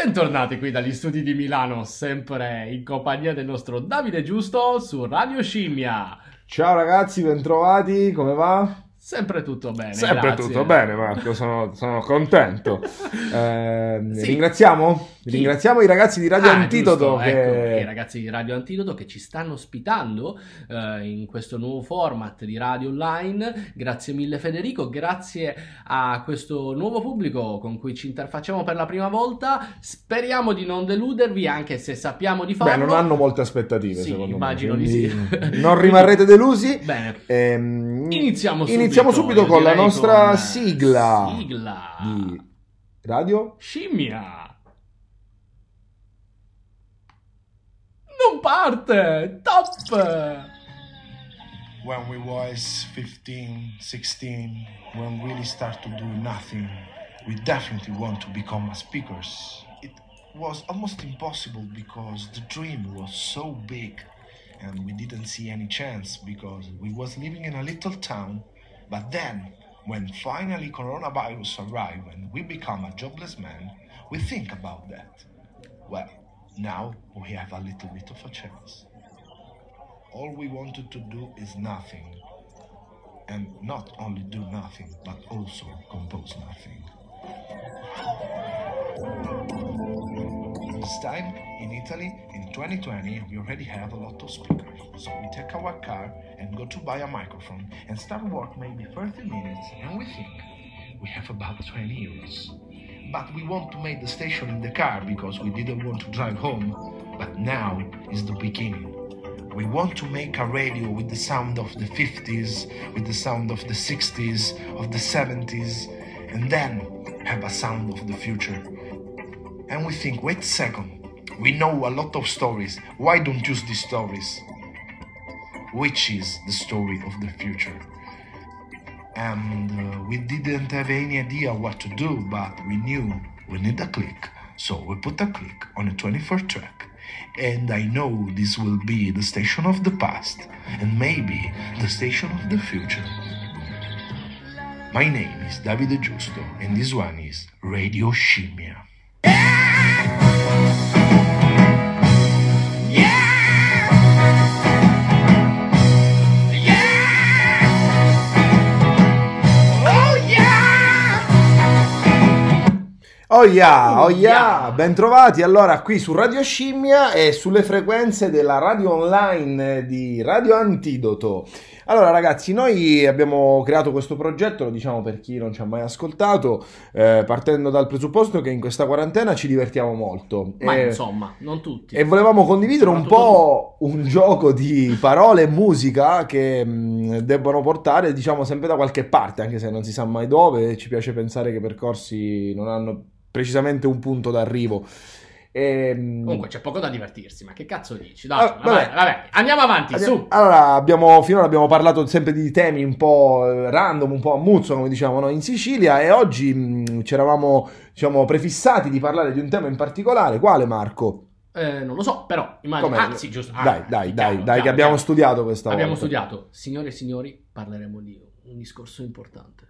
Bentornati qui dagli studi di Milano, sempre in compagnia del nostro Davide Giusto su Radio Scimmia. Ciao ragazzi, bentrovati, come va? Sempre tutto bene, Sempre grazie. tutto bene, Marco, sono contento. Sì. Ringraziamo? Chi? Ringraziamo i ragazzi di Radio Antidoto giusto, ecco, i ragazzi di Radio Antidoto che ci stanno ospitando in questo nuovo format di radio online. Grazie mille Federico, grazie a questo nuovo pubblico con cui ci interfacciamo per la prima volta. Speriamo di non deludervi, anche se sappiamo di farlo. Beh, non hanno molte aspettative, sì, secondo immagino me. di sì. Non rimarrete delusi. Bene. Iniziamo subito con la nostra sigla di Radio Scimmia. Non parte! Top! When we was 15, 16, when we really start to do nothing, we definitely want to become speakers. It was almost impossible because the dream was so big and we didn't see any chance because we was living in a little town. But then, when finally coronavirus arrived and we become a jobless man, we think about that. Well, now we have a little bit of a chance. All we wanted to do is nothing. And not only do nothing, but also compose nothing. This time, in Italy, in 2020, we already have a lot of speakers. So we take our car and go to buy a microphone and start work maybe 30 minutes, and we think we have about 20 euros. But we want to make the station in the car because we didn't want to drive home. But now is the beginning. We want to make a radio with the sound of the 50s, with the sound of the 60s, of the 70s, and then have a sound of the future. And we think, wait a second, we know a lot of stories. Why don't use these stories? Which is the story of the future? And we didn't have any idea what to do, but we knew we need a click. So we put a click on a 24th track. And I know this will be the station of the past, and maybe the station of the future. My name is Davide Giusto, and this one is Radio Scimmia. Oh yeah, bentrovati allora qui su Radio Scimmia e sulle frequenze della radio online di Radio Antidoto. Allora ragazzi, noi abbiamo creato questo progetto, lo diciamo per chi non ci ha mai ascoltato, partendo dal presupposto che in questa quarantena ci divertiamo molto. Ma insomma, non tutti. E volevamo condividere un po' un gioco di parole e musica che debbono portare, diciamo, sempre da qualche parte, anche se non si sa mai dove. Ci piace pensare che i percorsi non hanno precisamente un punto d'arrivo. Comunque c'è poco da divertirsi, ma che cazzo dici? Dai, vabbè, andiamo avanti, su. Allora, finora abbiamo parlato sempre di temi un po' random, un po' a muzzo, come diciamo noi in Sicilia, e oggi ci eravamo, diciamo, prefissati di parlare di un tema in particolare. Quale, Marco? Non lo so, però immagino. Com'è? Sì, giusto. Dai, che abbiamo studiato questa volta. Abbiamo studiato. Signore e signori, parleremo di un discorso importante.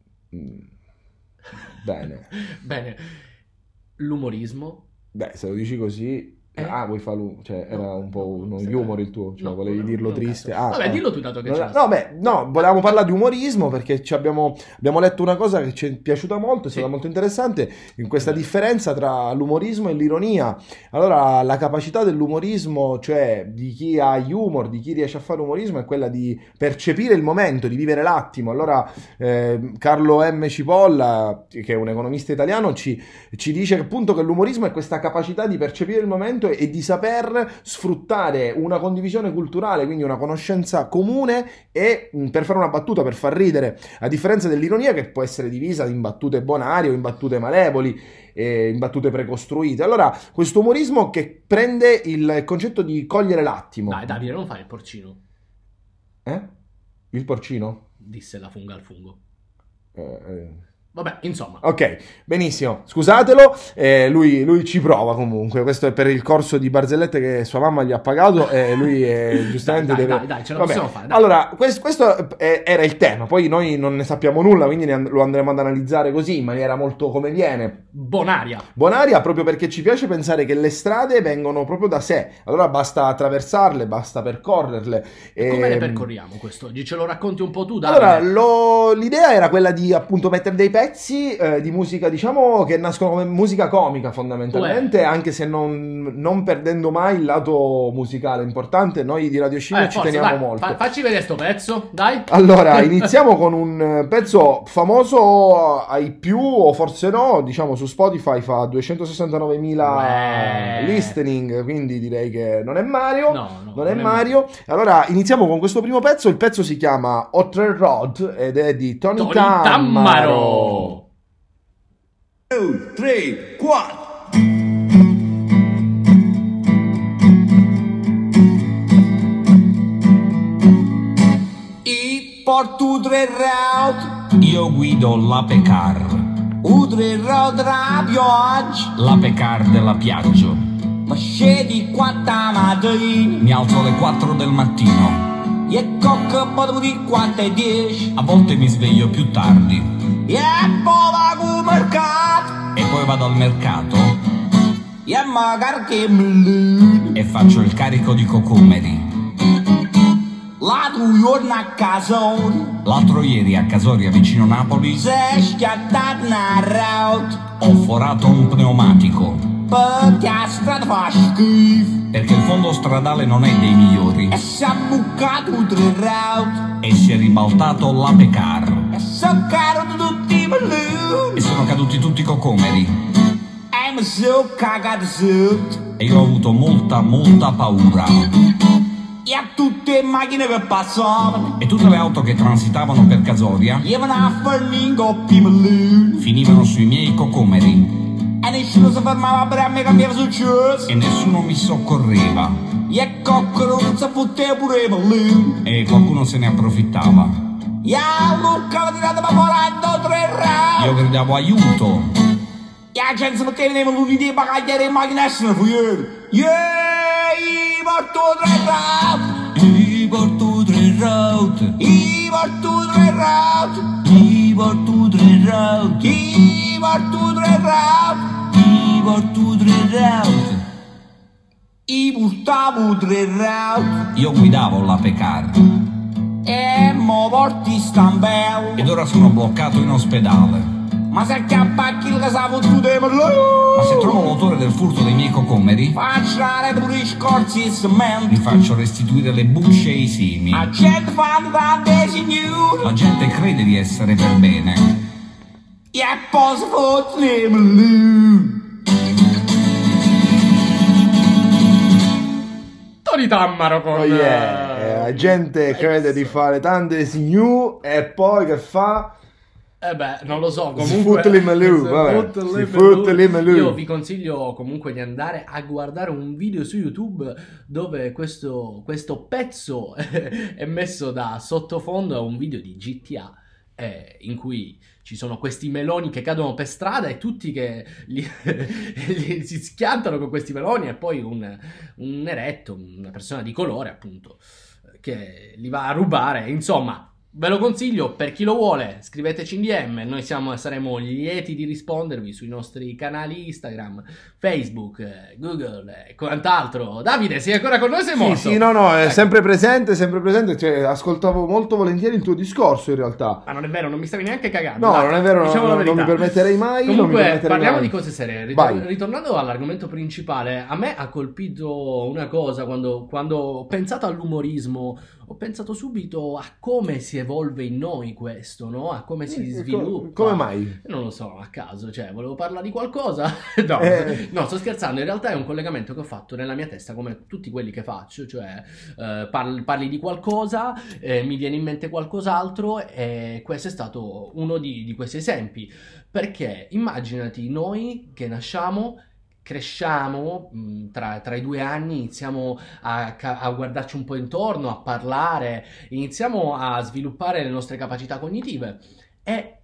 Bene. Bene. L'umorismo. Beh, se lo dici così... vuoi farlo... Cioè, era un po' uno humor il tuo, cioè volevi dirlo triste. Vabbè, dillo tu dato che c'è. Volevamo parlare di umorismo perché abbiamo letto una cosa che ci è piaciuta molto, è stata molto interessante, in questa differenza tra l'umorismo e l'ironia. Allora, la capacità dell'umorismo, cioè di chi ha humor, di chi riesce a fare umorismo, è quella di percepire il momento, di vivere l'attimo. Allora, Carlo M. Cipolla, che è un economista italiano, ci dice che appunto che l'umorismo è questa capacità di percepire il momento e di saper sfruttare una condivisione culturale, quindi una conoscenza comune, e per fare una battuta, per far ridere, a differenza dell'ironia che può essere divisa in battute bonarie o in battute malevoli, in battute precostruite. Allora, questo umorismo che prende il concetto di cogliere l'attimo. Dai, Davide, non fai il porcino. Il porcino? Disse la funga al fungo. Vabbè, insomma. Ok, benissimo, scusatelo, lui ci prova comunque, questo è per il corso di barzellette che sua mamma gli ha pagato e lui giustamente deve... Dai, ce la Vabbè, possiamo fare, dai. allora, questo era il tema, poi noi non ne sappiamo nulla, quindi lo andremo ad analizzare così, in maniera molto come viene. Bonaria. Bonaria, proprio perché ci piace pensare che le strade vengono proprio da sé, allora basta attraversarle, basta percorrerle. Come le E- percorriamo quest'oggi? Ce lo racconti un po' tu, Davide? allora, l'idea era quella di appunto mettere dei pezzi di musica, diciamo, che nascono come musica comica fondamentalmente, anche se non perdendo mai il lato musicale importante. Noi di Radio Scimmia ci forza, teniamo dai, molto. facci vedere sto pezzo, dai. Allora, iniziamo con un pezzo famoso ai più, o forse no, diciamo su Spotify fa 269.000 listening, quindi direi che non è Mario. No, Non è Mario. Allora, iniziamo con questo primo pezzo. Il pezzo si chiama Hot Rod ed è di Tony Tammaro. 2, 3, 4. I porto 3 route, Io guido l'Apecar, u 3 route radio oggi, l'Apecar della Piaggio. ma scedi 4 mattina, Mi alzo alle 4 del mattino, e cocca potevo di 4 e 10, a volte mi sveglio più tardi e poi vago al mercato, e poi vado al mercato e magari che mi e faccio il carico di cocomeri. l'altro giorno a casone, L'altro ieri a Casoria vicino Napoli sei schiattato una route, ho forato un pneumatico perché la strada fa schifo, perché il fondo stradale non è dei migliori e si è bucato 3 route, e si è ribaltato l'Apecar e sono caro tutti i maluni, e sono caduti tutti i cocomeri e mi sono cagato sotto, e io ho avuto molta paura e a tutte le macchine che passavano, e tutte le auto che transitavano per Casoria gli venivano a fornire coppi maluni, finivano sui miei cocomeri e nessuno si fermava per me cambiare successo, e nessuno mi soccorreva e coccolo non si fotteva pure i maluni, e qualcuno se ne approfittava. e a Luca l'ha tirato ma volando 3 route, Io gridavo aiuto e la gente si metteva nei maluni di bagagliere in macchina e se ne fuori, i porto 3 route, I porto 3 route, i porto 3 route, i porto 3 route, i porto 3 route, i porto 3 route. i portavo 3 route, Io guidavo l'Apecar e mo porti stambello, ed ora sono bloccato in ospedale. ma se acchiappa chi che sa fottuto i maluni, Ma se trovo l'autore del furto dei miei cocomeri, faccio la rete pure i scorzi e cemento, gli faccio restituire le bucce e i semi. la gente fa tante signore, La gente crede di essere per bene, e poi si fottono i maluni. Tony Tammaro con... Oh yeah, la gente crede di fare tante signor e poi che fa? non lo so, Si comunque... fotte le malù, vabbè, si fotte le malù. Io vi consiglio comunque di andare a guardare un video su YouTube dove questo pezzo è messo da sottofondo a un video di GTA in cui ci sono questi meloni che cadono per strada e tutti che si schiantano con questi meloni e poi un eretto, una persona di colore appunto, che li va a rubare. Insomma, ve lo consiglio per chi lo vuole, scriveteci in DM, noi saremo lieti di rispondervi sui nostri canali Instagram, Facebook, Google e quant'altro. Davide, sei ancora con noi? Sei morto? Sì, no, è sempre presente, cioè, ascoltavo molto volentieri il tuo discorso in realtà. Ma non è vero, non mi stavi neanche cagando. No, dai, non è vero, diciamo la non mi verità. permetterei mai. non mi Comunque, permetterei parliamo mai. di cose serie. Vai. Ritornando all'argomento principale, a me ha colpito una cosa quando ho pensato all'umorismo. Ho pensato subito a come si evolve in noi questo, no? A come si sviluppa. Come mai? Non lo so, a caso, cioè, volevo parlare di qualcosa. No, no, sto scherzando. In realtà è un collegamento che ho fatto nella mia testa, come tutti quelli che faccio, cioè parli di qualcosa, mi viene in mente qualcos'altro e questo è stato uno di questi esempi. Perché immaginati noi che nasciamo, cresciamo, tra i 2 anni iniziamo a guardarci un po' intorno, a parlare, iniziamo a sviluppare le nostre capacità cognitive e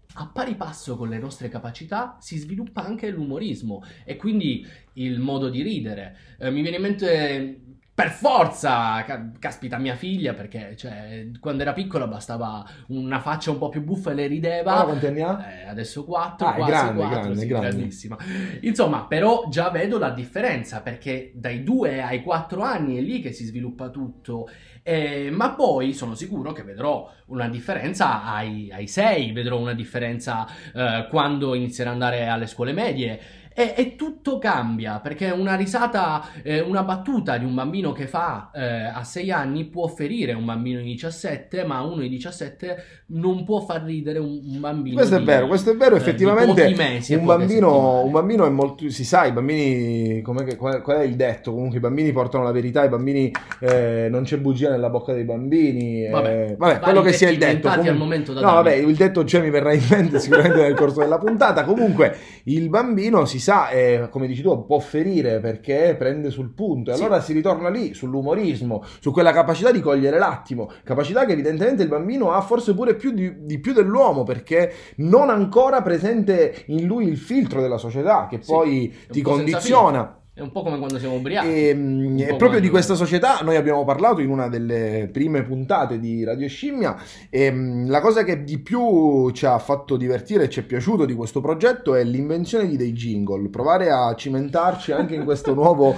a pari passo con le nostre capacità si sviluppa anche l'umorismo e quindi il modo di ridere. Mi viene in mente per forza, caspita, mia figlia, perché cioè, quando era piccola bastava una faccia un po' più buffa e le rideva. Quanti anni ha? Adesso 4, è quasi grande, 4, grande, sì, grande. grandissima. Insomma, però già vedo la differenza, perché dai 2 ai 4 anni è lì che si sviluppa tutto. Ma poi sono sicuro che vedrò una differenza ai 6, vedrò una differenza quando inizierà ad andare alle scuole medie. E tutto cambia, perché una risata, una battuta di un bambino che fa a 6 anni può ferire un bambino di 17, ma uno di 17 non può far ridere un bambino. Questo è vero, effettivamente mesi, un bambino è molto, si sa, i bambini, qual è il detto? Comunque i bambini portano la verità, i bambini non c'è bugia nella bocca dei bambini. Vabbè, quello che sia il detto. Al momento da no, vabbè, il detto mi verrà in mente sicuramente nel corso della puntata. Comunque il bambino si sa, come dici tu, può ferire perché prende sul punto, e allora si ritorna lì sull'umorismo, su quella capacità di cogliere l'attimo, capacità che evidentemente il bambino ha forse pure più di più dell'uomo, perché non ancora presente in lui il filtro della società che poi ti condiziona. È un po' come quando siamo ubriachi. E proprio di questa società noi abbiamo parlato in una delle prime puntate di Radio Scimmia, e la cosa che di più ci ha fatto divertire e ci è piaciuto di questo progetto è l'invenzione di dei jingle, provare a cimentarci anche in questo nuovo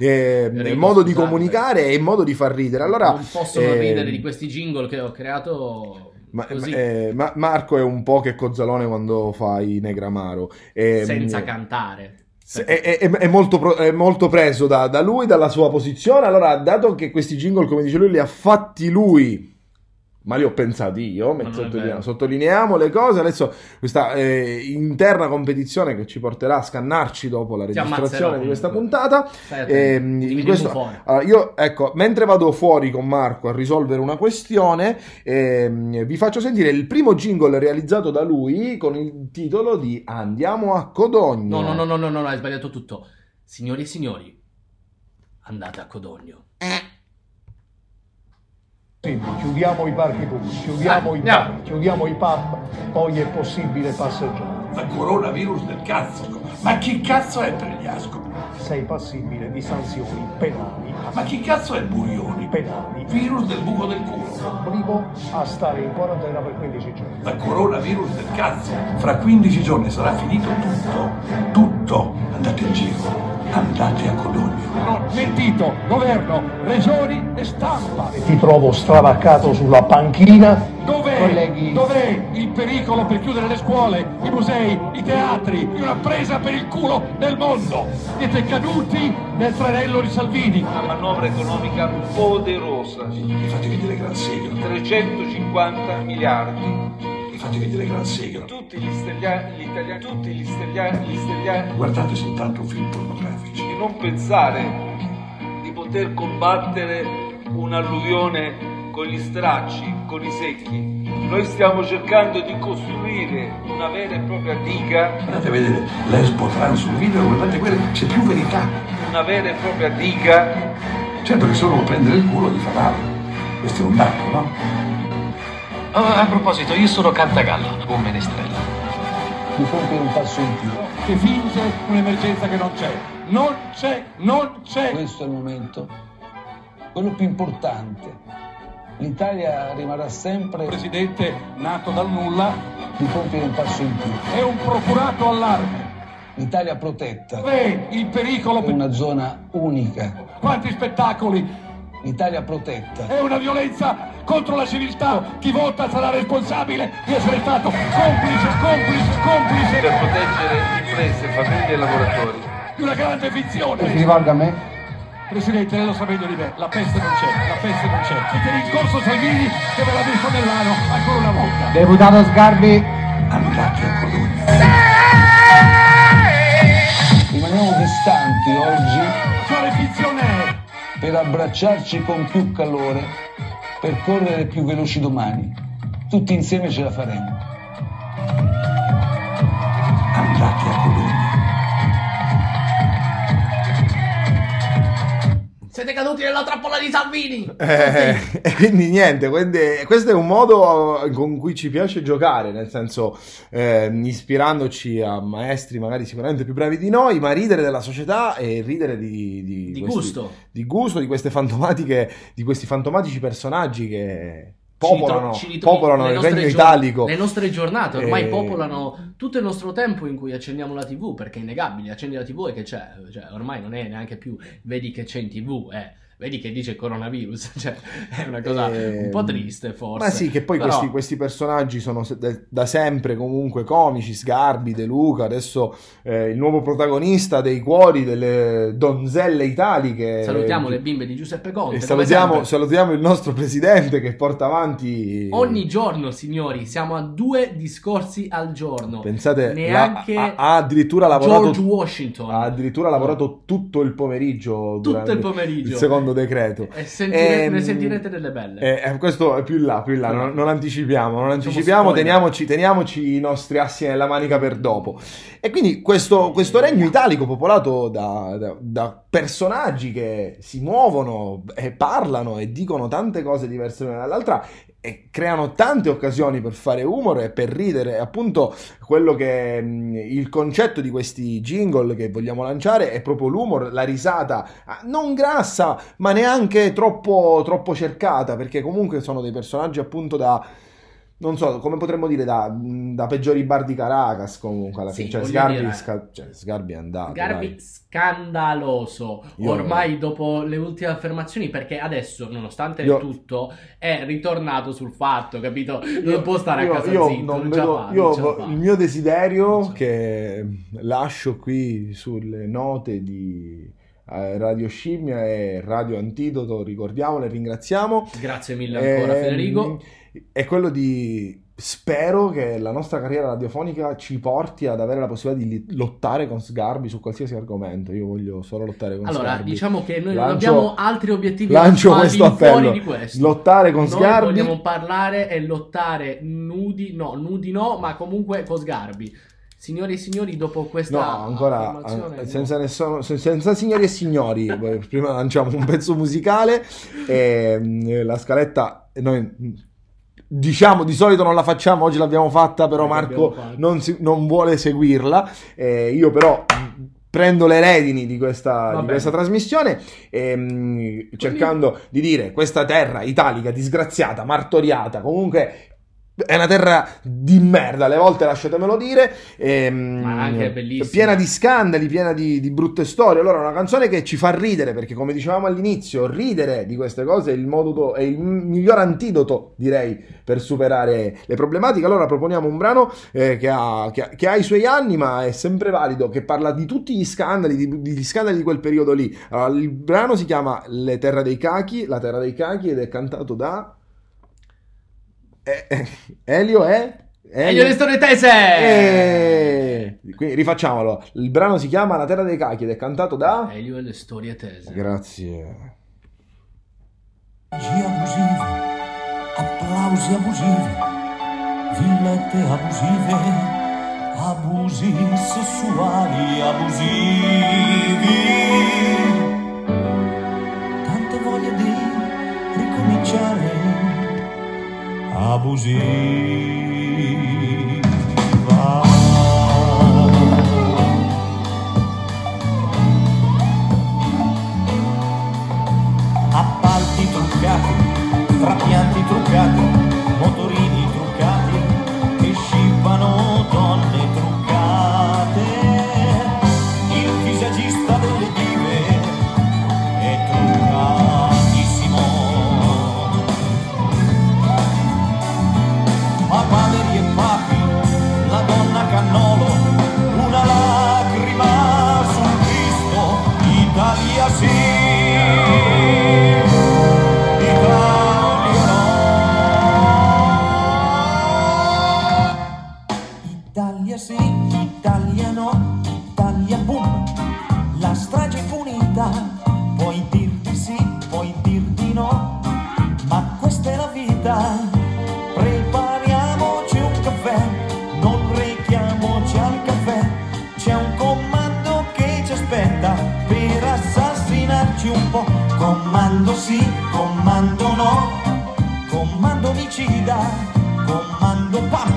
modo di comunicare e modo di far ridere. Allora, non posso non ridere di questi jingle che ho creato. Marco è un po' che Cozzalone quando fa i Negramaro, senza cantare. È molto preso da lui, dalla sua posizione. Allora, dato che questi jingle, come dice lui, li ha fatti lui, ma li ho pensati io, sottolineiamo le cose. Adesso questa interna competizione che ci porterà a scannarci dopo la registrazione di questa puntata. Allora, io, ecco, mentre vado fuori con Marco a risolvere una questione, vi faccio sentire il primo jingle realizzato da lui con il titolo di Andiamo a Codogno. No, hai sbagliato tutto. Signori e signori, andate a Codogno. Chiudiamo i parchi pubblici, chiudiamo i bar, chiudiamo i pub, poi è possibile passeggiare. Ma coronavirus del cazzo! Ma chi cazzo è Pregliasco? Sei passibile di sanzioni penali. Ma chi cazzo è Burioni? Penali. Virus del buco del culo. Obbligo a stare in quarantena per 15 giorni. Ma coronavirus del cazzo! Fra 15 giorni sarà finito tutto. Tutto! Andate in giro. Andate a Codogno. No, mentito, governo, regioni e stampa. E ti trovo stravaccato sulla panchina. Dov'è il pericolo per chiudere le scuole, i musei, i teatri, di una presa per il culo nel mondo? Siete caduti nel tranello di Salvini. Una manovra economica poderosa. Mi fate vedere Gran Segre. 350 miliardi. Fate vedere Gran Segre. Tutti gli italiani. Guardate soltanto film pornografici. Di non pensare di poter combattere un'alluvione con gli stracci, con i secchi. Noi stiamo cercando di costruire una vera e propria diga. Andate a vedere l'Expo Trans sul video, guardate quelle, c'è più verità. Una vera e propria diga. Certo che solo prendere il culo di fatale. Questo è un dato, no? A proposito, io sono Cantagallo, un menestrello. Mi compie un passo in più. Che finge un'emergenza che non c'è. Non c'è. Questo è il momento, quello più importante. L'Italia rimarrà sempre, Presidente nato dal nulla, di compiere un passo in più. è un procurato allarme. L'Italia protetta. Dov'è il pericolo È una zona unica. Quanti spettacoli? L'Italia protetta. È una violenza contro la civiltà. Chi vota sarà responsabile di essere stato complice. Per proteggere imprese, famiglie e lavoratori. Di una grande finzione. Si rivolga a me? Presidente, lei lo sa meglio di me, la peste non c'è. Siete rincorso Salvini che ve l'ha visto nell'ano ancora una volta. Deputato Sgarbi. Andate a Codogno. Rimaniamo distanti oggi Quale finzione è? per abbracciarci con più calore, per correre più veloci domani. Tutti insieme ce la faremo. Andate a Codogno. siete caduti nella trappola di Salvini. E quindi niente, questo è un modo con cui ci piace giocare, nel senso ispirandoci a maestri magari sicuramente più bravi di noi, ma ridere della società e ridere di gusto, di queste fantomatiche, di questi fantomatici personaggi che popolano il regno italico. Le nostre giornate ormai popolano tutto il nostro tempo in cui accendiamo la TV, perché è innegabile, accendi la TV e che c'è, cioè ormai non è neanche più vedi che c'è in TV, vedi che dice coronavirus, cioè è una cosa un po' triste forse. Ma sì, che poi però... questi personaggi sono da sempre comunque comici, Sgarbi, De Luca, adesso il nuovo protagonista dei cuori delle donzelle italiche. Salutiamo le bimbe di Giuseppe Conte. E salutiamo il nostro presidente che porta avanti... Ogni giorno, signori, siamo a 2 discorsi al giorno. Pensate, neanche ha addirittura lavorato... George Washington. Ha addirittura lavorato tutto il pomeriggio. Tutto il pomeriggio. Il secondo decreto ne sentirete delle belle. Questo è più in là, non anticipiamo, teniamoci i nostri assi nella manica per dopo. E quindi questo regno italico popolato da personaggi che si muovono e parlano e dicono tante cose diverse l'una dall'altra e creano tante occasioni per fare humor e per ridere. Appunto, quello che il concetto di questi jingle che vogliamo lanciare è proprio l'humor, la risata non grassa ma neanche troppo cercata, perché comunque sono dei personaggi appunto non so, come potremmo dire, da peggiori bar di Caracas comunque alla fine. Cioè Sgarbi è andato. Sgarbi scandaloso. Ormai dopo le ultime affermazioni, perché adesso, nonostante tutto, è ritornato sul fatto, capito? Non può stare a casa zitto. Il mio desiderio, che lascio qui sulle note di Radio Scimmia e Radio Antidoto, ricordiamolo e ringraziamo. Grazie mille ancora Federico. È quello spero che la nostra carriera radiofonica ci porti ad avere la possibilità di lottare con Sgarbi su qualsiasi argomento. Io voglio solo lottare con Sgarbi. Allora, diciamo che noi non abbiamo altri obiettivi lancio questo appello di questo. Lottare con Sgarbi. Noi vogliamo parlare e lottare nudi no, ma comunque con Sgarbi. Signori e signori, dopo questa senza signori e signori, prima lanciamo un pezzo musicale e la scaletta noi diciamo di solito non la facciamo, oggi l'abbiamo fatta, però Marco non vuole seguirla, io però prendo le redini di questa trasmissione, cercando di dire: questa terra italica disgraziata, martoriata, comunque è una terra di merda, alle volte lasciatemelo dire, ma anche bellissima, piena di scandali, piena di brutte storie. Allora, una canzone che ci fa ridere, perché come dicevamo all'inizio, ridere di queste cose è il miglior antidoto, direi, per superare le problematiche. Allora proponiamo un brano che ha i suoi anni, ma è sempre valido, che parla di tutti gli scandali, di scandali di quel periodo lì. Allora, il brano si chiama La terra dei cachi, ed è cantato da Elio le storie tese. Quindi rifacciamolo. Il brano si chiama La terra dei cachi ed è cantato da Elio e le storie tese. Grazie. Abusive, applausi abusivi, villette abusive, abusi sessuali abusivi, tante voglia di ricominciare abusiva. Appalti truccati, trapianti truccati, motorini truccati, che scippano donne truccate. Il visagista delle dive è truccatissimo. Padri e papi, la donna cannolo, una lacrima sul Cristo, Italia sì, Italia no. Italia sì, Italia no, Italia boom, la strage è punita, puoi dir di sì, puoi dir di no, ma questa è la vita. Non rechiamoci al caffè, c'è un comando che ci aspetta per assassinarci un po'. no, comando omicida, comando pam,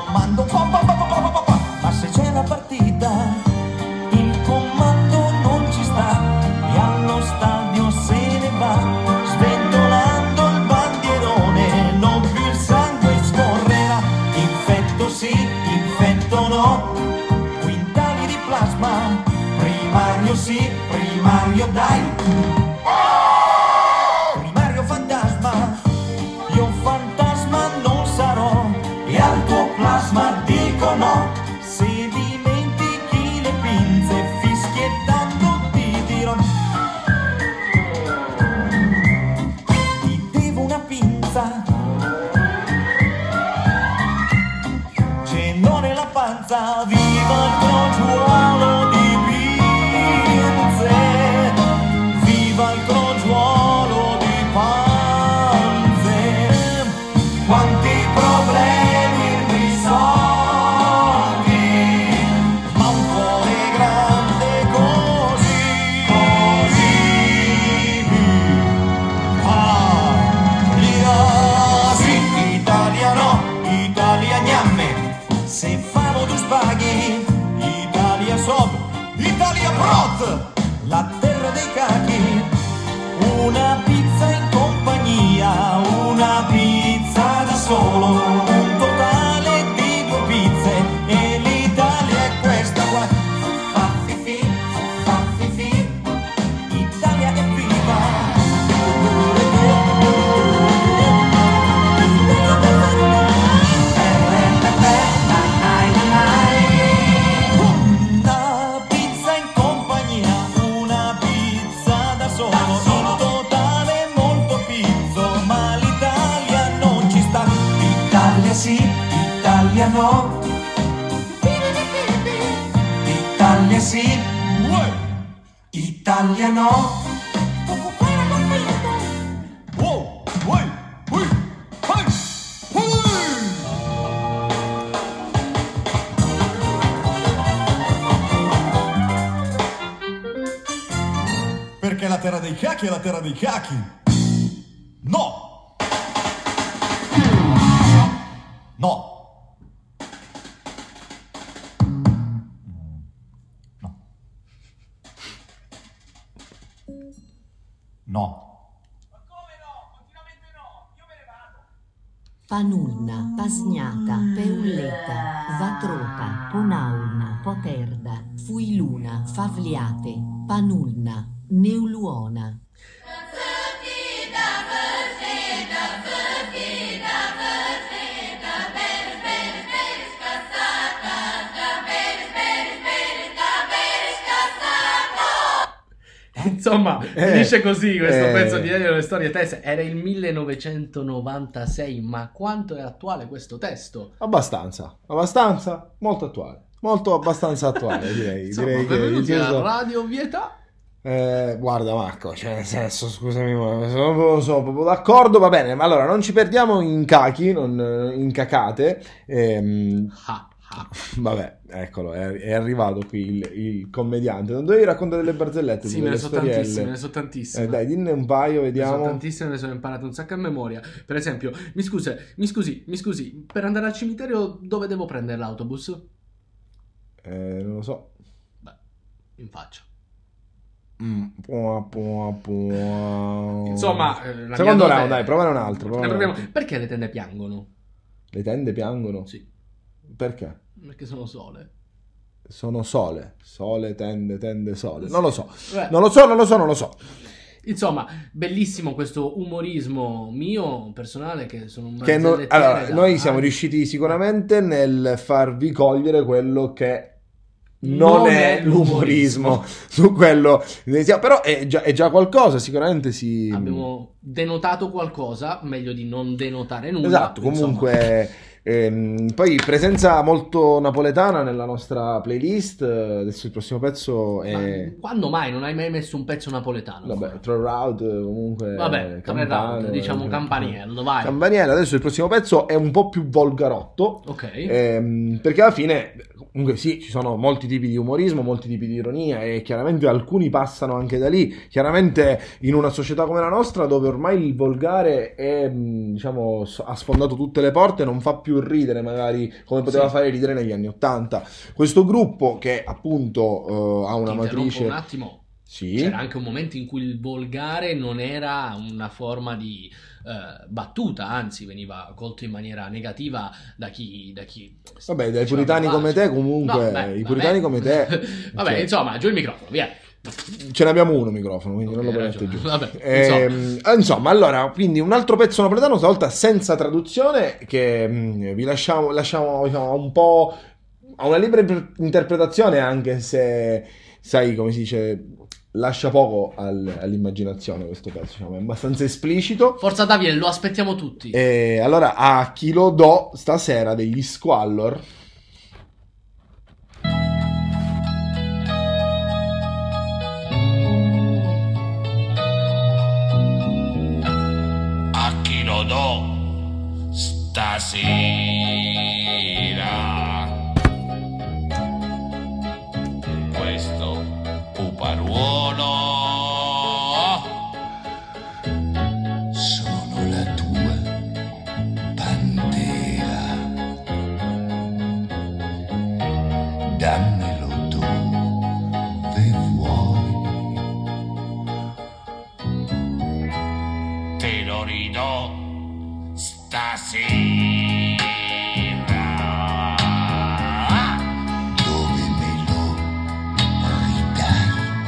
ma se c'è la partita, il comando non ci sta e allo stadio se ne va, sventolando il bandierone, non più il sangue scorrerà, infetto sì, infetto no, quintali di plasma, primario sì, primario dai, primario fantasma, io fantasma non sarò e al tuo plasma dico no, se dimentichi le pinze fischiettando ti dirò ti devo una pinza, ce l'ho nella panza, viva il crogiuolo di pinze, viva il crogiuolo di panze, quanti problemi risolti, ma un cuore grande così, sì, Italia no, Italia gnamme, se famo tu spaghi, Italia sob, Italia prot, la terra dei cachi, una pizza in compagnia, una pizza da solo, un totale di 2 pizze e l'Italia è questa qua. Faffifi, faffifi, Italia è viva. Una pizza in compagnia, una pizza da solo, in totale molto pizzo, ma l'Italia non ci sta. Italia sì, Italia no, Italia sì, Italia no. Perché la terra dei cachi è la terra dei cachi. No! No! No! Panulna, Pasgnata, Peulleta, Vatrota, Ponaulna, Poterda, Fuiluna, Favliate, Panulna, Neuluona. Insomma, finisce così questo pezzo di Elio delle storie tese. Era il 1996, ma quanto è attuale questo testo? Abbastanza, molto attuale, abbastanza attuale, direi. Insomma, direi benvenuti che a Radio Vietà. Guarda Marco, cioè nel senso, scusami, ma sono proprio d'accordo, va bene, ma allora non ci perdiamo in cachi, non in cacate. Vabbè, eccolo, è arrivato qui il commediante. Non dovevi raccontare delle barzellette? Sì, me ne so tantissime. Dai, dinne un paio, vediamo. Ne so tantissime, ne sono imparate un sacco a memoria. Per esempio, mi scusi, per andare al cimitero dove devo prendere l'autobus? Non lo so. Beh, in faccia. Insomma, secondo round, dai, provane un altro. Perché le tende piangono? Le tende piangono? Sì. Perché? Perché sono sole. Sono sole, tende, sole. Sì. Non lo so. Beh. Non lo so. Insomma, bellissimo questo umorismo mio personale che sono un allora, noi siamo riusciti sicuramente nel farvi cogliere quello che non è l'umorismo su quello, però è già qualcosa, sicuramente abbiamo denotato qualcosa, meglio di non denotare nulla. Esatto, comunque Poi presenza molto napoletana nella nostra playlist. Adesso il prossimo pezzo è... Ma quando mai? Non hai mai messo un pezzo napoletano? Vabbè, Tre Round comunque. Vabbè, Tre Round, diciamo Campaniello, vai. Campaniello. Adesso il prossimo pezzo è un po' più volgarotto. Ok. Perché alla fine, comunque sì, ci sono molti tipi di umorismo, molti tipi di ironia e chiaramente alcuni passano anche da lì. Chiaramente in una società come la nostra, dove ormai il volgare è, diciamo, ha sfondato tutte le porte, non fa più ridere magari come poteva fare ridere negli anni '80. Questo gruppo che appunto ha una matrice... un attimo. Sì. C'era anche un momento in cui il volgare non era una forma di battuta, anzi veniva colto in maniera negativa da chi vabbè, dai puritani come te comunque. No, i puritani come te. Vabbè, cioè... insomma, giù il microfono, via. Ce n'abbiamo uno microfono, quindi non lo puoi mettere giù. Vabbè, insomma, allora, quindi un altro pezzo napoletano, stavolta senza traduzione, che vi lasciamo diciamo, un po' a una libera interpretazione, anche se, sai, come si dice, lascia poco all'immaginazione questo pezzo, diciamo, è abbastanza esplicito. Forza Davide, lo aspettiamo tutti. Allora, a chi lo do stasera degli Squallor. Do stasera questo puparuolo, sono la tua pantera, dammelo dove vuoi, te lo ridò stasera, dove me lo ridai,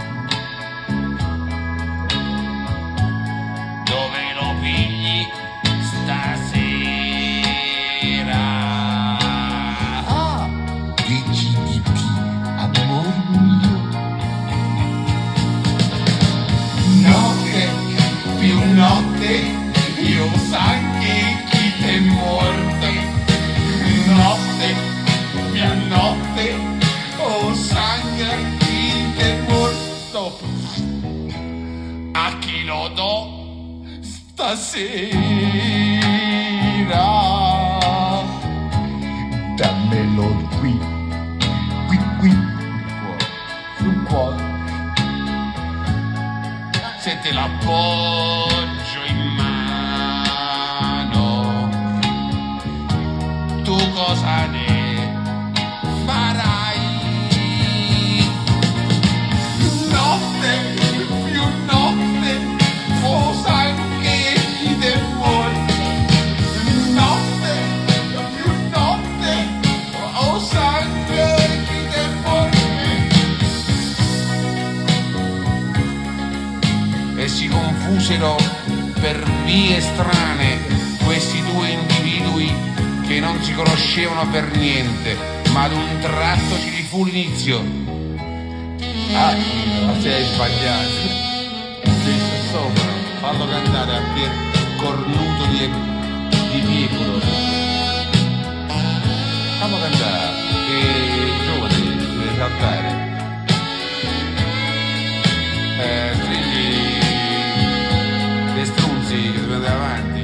dove lo pigli stasera, GDP, amor mio, notte più notte, io sangue è morte, notte, mia notte, oh sangue, chi è morto, a chi lo do stasera, dammelo qui, sul cuore, se te l'appoggio in mano, tu cosa ne farai? Notte più notte, oh sangue del morte, notte più notte, oh sangue del morte. E si confusero per vie strane questi due individui che non si conoscevano per niente, ma ad un tratto ci fu l'inizio. Ah, ma sei sbagliato. Sopra, fallo cantare a Pier Cornuto di Piccolo. Fallo cantare, che giovane deve cantare. Quindi le strunzi che sono andati avanti.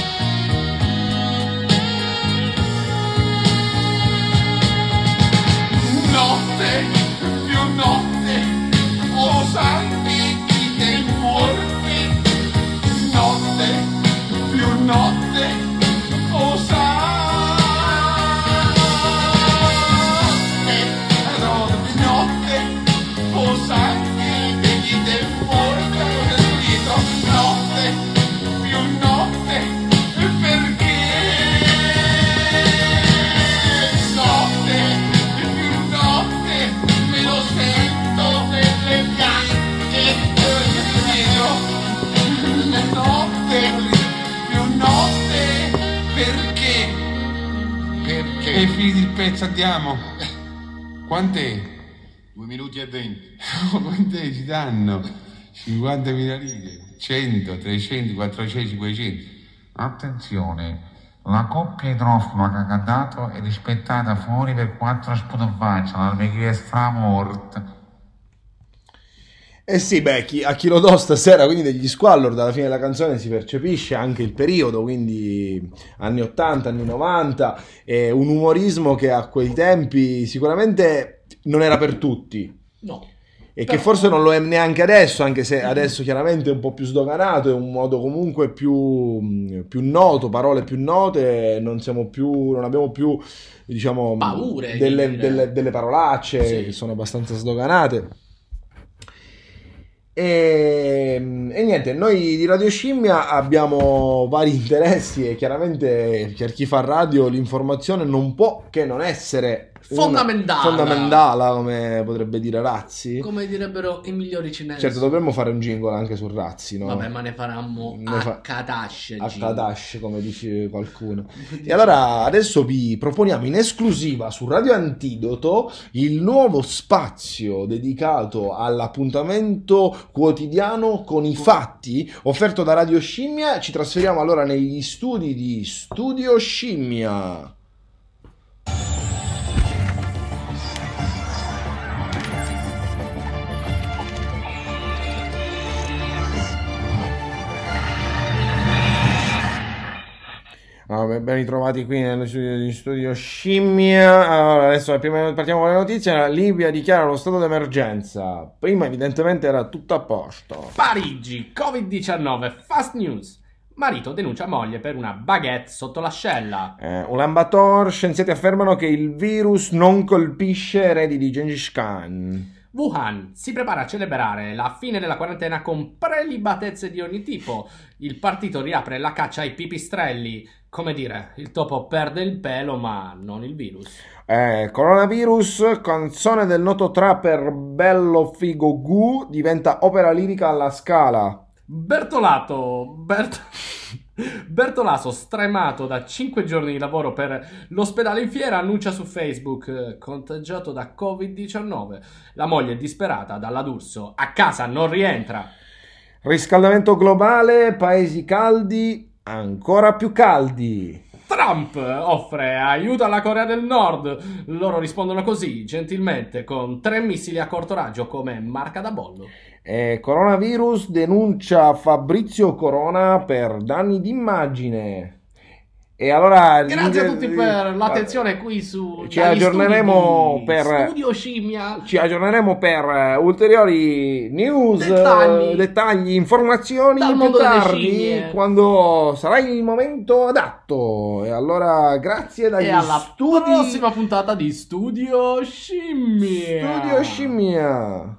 Notte più notte, oh sangue del morte, notte più notte, oh sangue, notte, oh sangue del morte, notte più notte, perché notte più notte, me lo sento nelle piante, notte più notte, perché? Perché? E finito il pezzo, andiamo. Quant'è? 2 minuti e 20. Quant'è ci danno? 50.000 lire, 100, 300, 400, 500. Attenzione, La coppia idrofila che ha cantato è rispettata fuori per 4 sputafaccia, la richiesta morta. Eh sì, beh, a chi lo do stasera, quindi degli Squallor, dalla fine della canzone si percepisce anche il periodo, quindi anni 80, anni 90, un umorismo che a quei tempi sicuramente non era per tutti. No. E che forse non lo è neanche adesso, anche se adesso chiaramente è un po' più sdoganato, è un modo comunque più noto, parole più note, non abbiamo più, diciamo, paure delle parolacce sì, che sono abbastanza sdoganate. E niente, noi di Radio Scimmia abbiamo vari interessi e chiaramente per chi fa radio l'informazione non può che non essere fondamentale, come potrebbe dire Razzi, come direbbero i migliori cinesi. Certo, dovremmo fare un jingle anche su Razzi, no? Vabbè, ma ne faranno a Kadash, come dice qualcuno. E allora adesso vi proponiamo in esclusiva su Radio Antidoto il nuovo spazio dedicato all'appuntamento quotidiano con i fatti offerto da Radio Scimmia. Ci trasferiamo allora negli studi di Studio Scimmia. Ben ritrovati qui nello studio di Studio Scimmia. Allora, adesso partiamo con le notizie. La Libia dichiara lo stato d'emergenza. Prima evidentemente era tutto a posto. Parigi, Covid-19, fast news. Marito denuncia moglie per una baguette sotto l'ascella. Ulan Bator, scienziati affermano che il virus non colpisce eredi di Gengis Khan. Wuhan si prepara a celebrare la fine della quarantena con prelibatezze di ogni tipo. Il partito riapre la caccia ai pipistrelli. Come dire, il topo perde il pelo ma non il virus. Coronavirus, canzone del noto trapper Bello Figo Gu diventa opera lirica alla Scala. Bertolaso, stremato da 5 giorni di lavoro per l'ospedale in fiera, annuncia su Facebook contagiato da Covid-19. La moglie disperata dalla D'Urso a casa non rientra. Riscaldamento globale, paesi caldi ancora più caldi. Trump offre aiuto alla Corea del Nord. Loro rispondono così, gentilmente, con 3 missili a corto raggio come marca da bollo. Coronavirus denuncia Fabrizio Corona per danni d'immagine. E allora grazie a tutti per l'attenzione qui su ci aggiorneremo per Studio Scimmia. Ci aggiorneremo per ulteriori news, dettagli, informazioni dal più mondo tardi, quando sarà il momento adatto. E allora grazie dagli studi. Prossima puntata di Studio Scimmia. Studio Scimmia.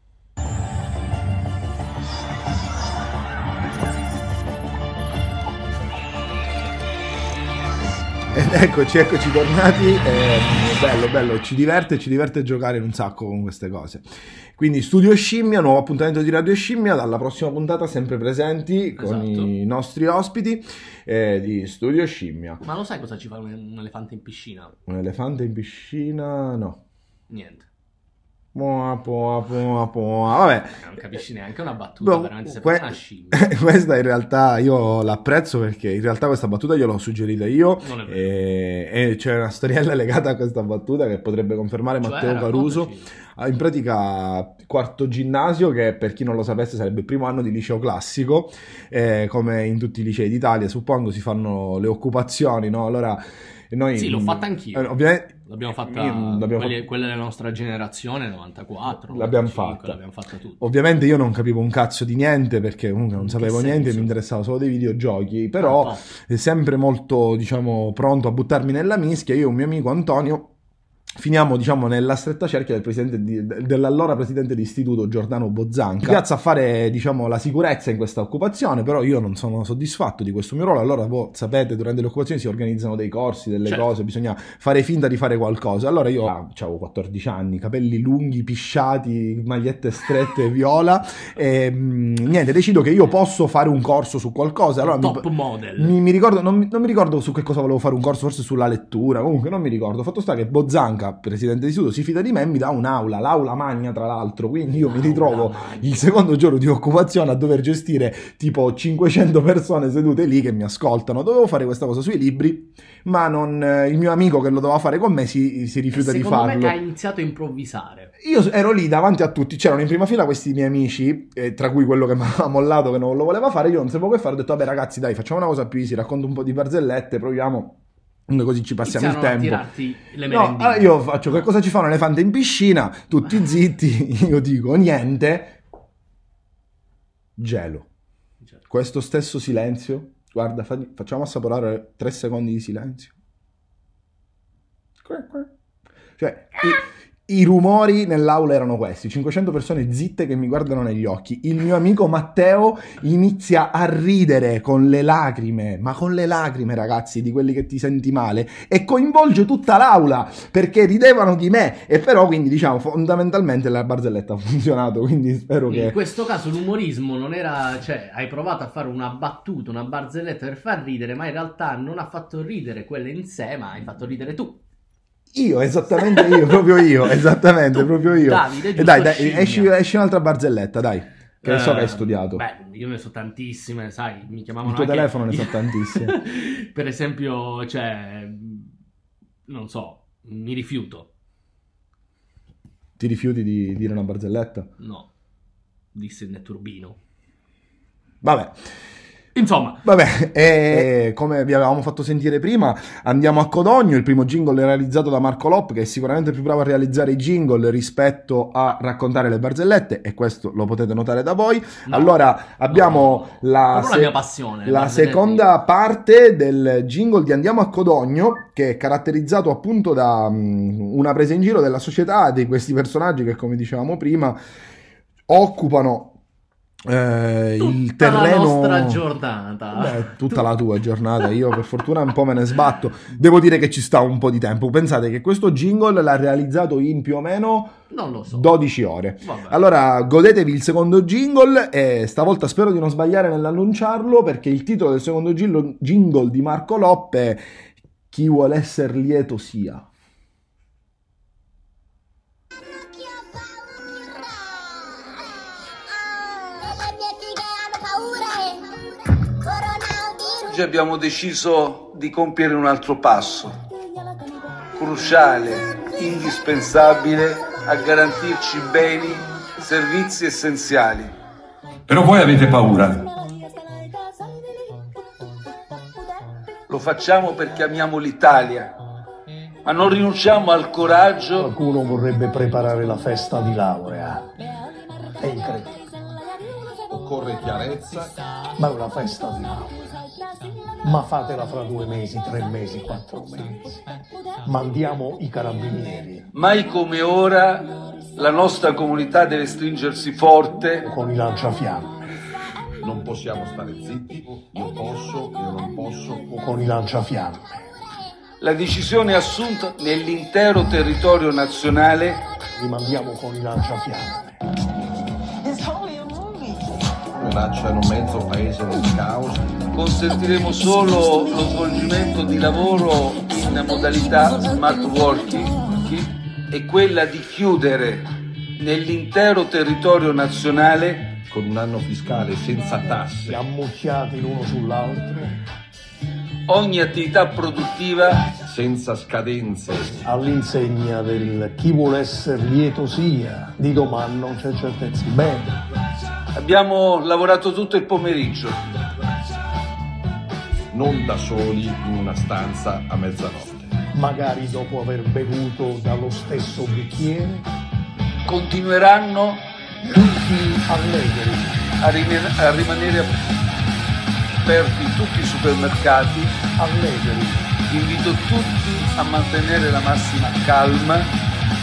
Eccoci tornati. Bello, ci diverte giocare in un sacco con queste cose. Quindi Studio Scimmia, nuovo appuntamento di Radio Scimmia, dalla prossima puntata sempre presenti con i nostri ospiti di Studio Scimmia. Ma lo sai cosa ci fa un elefante in piscina? Un elefante in piscina? No. Niente. Vabbè. Non capisci neanche una battuta, veramente sei una scimmia. Questa in realtà io l'apprezzo perché in realtà questa battuta gliel'ho suggerita io e c'è una storiella legata a questa battuta che potrebbe confermare Matteo Caruso. In pratica quarto ginnasio, che per chi non lo sapesse sarebbe il primo anno di liceo classico, come in tutti i licei d'Italia suppongo si fanno le occupazioni, no? Allora noi, sì, l'ho fatta anch'io. Ovviamente l'abbiamo fatta quelle della nostra generazione, 94. L'abbiamo 95, fatta. L'abbiamo fatta tutti. Ovviamente io non capivo un cazzo di niente perché comunque non sapevo niente, mi interessava solo dei videogiochi, però sempre molto, diciamo, pronto a buttarmi nella mischia. Io e un mio amico Antonio finiamo, diciamo, nella stretta cerchia dell'allora presidente di istituto Giordano Bozzanca. Piazza a fare, diciamo, la sicurezza in questa occupazione, però io non sono soddisfatto di questo mio ruolo. Allora voi sapete, durante le occupazioni si organizzano dei corsi, delle cose, bisogna fare finta di fare qualcosa. Allora io avevo 14 anni, capelli lunghi, pisciati, magliette strette viola e niente, decido che io posso fare un corso su qualcosa. Allora top model. Mi ricordo, non mi ricordo su che cosa volevo fare un corso, forse sulla lettura, comunque non mi ricordo. Fatto sta che Bozzanca Manca, presidente d'istituto, si fida di me e mi dà un'aula, l'aula magna tra l'altro, quindi io mi ritrovo il secondo giorno di occupazione a dover gestire tipo 500 persone sedute lì che mi ascoltano. Dovevo fare questa cosa sui libri, ma non, il mio amico che lo doveva fare con me si rifiuta di farlo. Secondo me ha iniziato a improvvisare. Io ero lì davanti a tutti, c'erano in prima fila questi miei amici, tra cui quello che mi ha mollato che non lo voleva fare, io non sapevo che fare, ho detto vabbè ragazzi dai, facciamo una cosa più easy, racconto un po' di barzellette, proviamo, così ci passiamo il tempo. Tirarti le no, allora io faccio che cosa ci fa un elefante in piscina, tutti zitti, io dico niente, gelo. Questo stesso silenzio, guarda, facciamo assaporare 3 secondi di silenzio. Cioè, i rumori nell'aula erano questi, 500 persone zitte che mi guardano negli occhi, il mio amico Matteo inizia a ridere con le lacrime, ma con le lacrime ragazzi, di quelli che ti senti male, e coinvolge tutta l'aula, perché ridevano di me, e però quindi diciamo fondamentalmente la barzelletta ha funzionato, quindi spero che... In questo caso l'umorismo non era, cioè hai provato a fare una battuta, una barzelletta per far ridere, ma in realtà non ha fatto ridere quella in sé, ma hai fatto ridere tu. Io, esattamente io, proprio io, esattamente, proprio io. Davide, e dai, esci un'altra barzelletta, dai, che so che hai studiato. Beh, io ne so tantissime, sai, mi chiamavano il tuo anche... telefono ne so tantissime. Per esempio, cioè, non so, mi rifiuto. Ti rifiuti di dire una barzelletta? No, disse il netturbino. Vabbè. Insomma, vabbè, come vi avevamo fatto sentire prima, andiamo a Codogno. Il primo jingle è realizzato da Marco Lopp, che è sicuramente più bravo a realizzare i jingle rispetto a raccontare le barzellette, e questo lo potete notare da voi. No, allora abbiamo la mia passione, la seconda parte del jingle di Andiamo a Codogno, che è caratterizzato appunto da una presa in giro della società, di questi personaggi che, come dicevamo prima, occupano il terreno, la nostra giornata. Beh, tutta la tua giornata. Io per fortuna un po' me ne sbatto. Devo dire che ci sta un po' di tempo. Pensate che questo jingle l'ha realizzato in più o meno, non lo so, 12 ore. Vabbè. Allora godetevi il secondo jingle, e stavolta spero di non sbagliare nell'annunciarlo, perché il titolo del secondo jingle di Marco Lopp è Chi vuol esser lieto sia. Oggi abbiamo deciso di compiere un altro passo, cruciale, indispensabile a garantirci beni, servizi essenziali. Però voi avete paura. Lo facciamo perché amiamo l'Italia, ma non rinunciamo al coraggio. Qualcuno vorrebbe preparare la festa di laurea. È incredibile. Occorre chiarezza. Ma è una festa di laurea. Ma fatela fra 2 mesi, 3 mesi, 4 mesi. Mandiamo i carabinieri. Mai come ora la nostra comunità deve stringersi forte con i lanciafiamme. Non possiamo stare zitti. Io posso, io non posso. Con i lanciafiamme. La decisione assunta nell'intero territorio nazionale. Rimandiamo con i lanciafiamme. Lasciano mezzo paese nel caos. Consentiremo solo lo svolgimento di lavoro in modalità smart working, e quella di chiudere nell'intero territorio nazionale con un anno fiscale senza tasse, ammucchiati l'uno sull'altro, ogni attività produttiva senza scadenze, all'insegna del chi vuole essere lieto sia, di domani non c'è certezza. Bene. Abbiamo lavorato tutto il pomeriggio. Non da soli in una stanza a mezzanotte. Magari dopo aver bevuto dallo stesso bicchiere. Continueranno tutti allegri a rimanere aperti tutti i supermercati. Allegri. Invito tutti a mantenere la massima calma.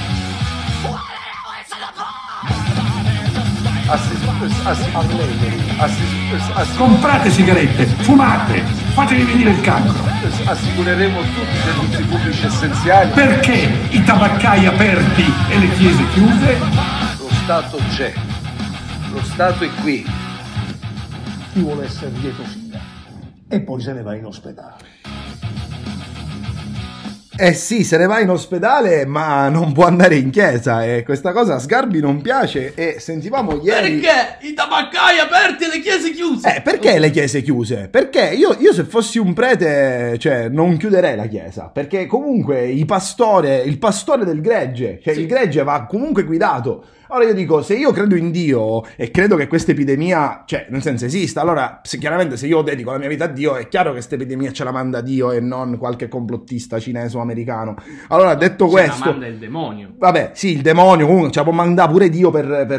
Comprate sigarette, fumate, fatevi venire il cancro. Assicureremo tutti i servizi pubblici essenziali. Perché i tabaccai aperti e le chiese chiuse? Lo Stato c'è, lo Stato è qui. Chi vuole essere lieto sia, e poi se ne va in ospedale. Eh sì, se ne va in ospedale, ma non può andare in chiesa, e questa cosa a Sgarbi non piace. E sentivamo ieri... Perché i tabaccai aperti e le chiese chiuse? Perché le chiese chiuse? Perché io se fossi un prete, cioè, non chiuderei la chiesa, perché comunque il pastore del gregge, cioè il gregge va comunque guidato. Allora io dico, se io credo in Dio e credo che questa epidemia, cioè, nel senso esista, allora chiaramente se io dedico la mia vita a Dio, è chiaro che questa epidemia ce la manda Dio e non qualche complottista cinese o americano. Allora, detto questo... Ce la manda il demonio. Vabbè, sì, il demonio comunque ce la può mandare pure Dio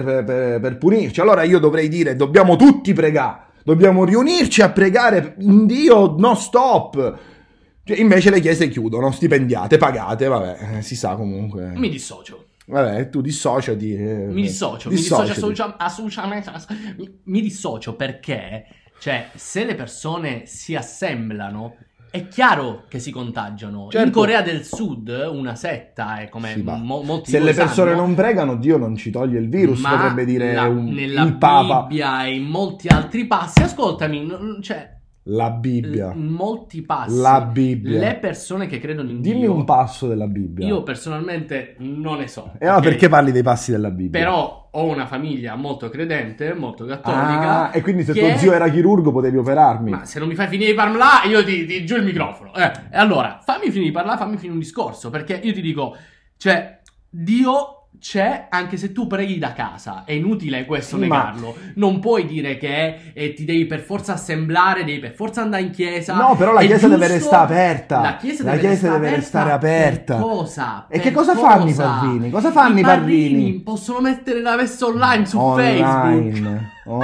per punirci. Allora io dovrei dire, dobbiamo tutti pregare, dobbiamo riunirci a pregare in Dio non stop. Cioè, invece le chiese chiudono, stipendiate, pagate, vabbè, si sa comunque. Mi dissocio. Vabbè, tu dissociati. Mi dissocio assolutamente. Mi dissocio perché, cioè, se le persone si assemblano, è chiaro che si contagiano. Certo. In Corea del Sud, una setta, è come Sì, molti se le persone sanno, non pregano, Dio non ci toglie il virus, ma potrebbe dire nella il Papa. Bibbia e in molti altri passi, ascoltami, cioè... La Bibbia. Molti passi. La Bibbia. Le persone che credono in Dio. Dimmi un passo della Bibbia. Io personalmente non ne so. E allora perché parli dei passi della Bibbia? Però ho una famiglia molto credente, molto cattolica. E quindi se tuo zio era chirurgo potevi operarmi. Ma se non mi fai finire di parlare, io ti giù il microfono. E allora, fammi finire di parlare, fammi finire un discorso. Perché io ti dico, cioè, Dio... c'è anche se tu preghi da casa, è inutile questo negarlo. Non puoi dire che ti devi per forza assemblare, devi per forza andare in chiesa. No, però la chiesa deve restare aperta. La chiesa deve restare aperta. Per cosa? E che cosa fanno i parrini? Cosa fanno i parrini? Possono mettere la messa online su Facebook.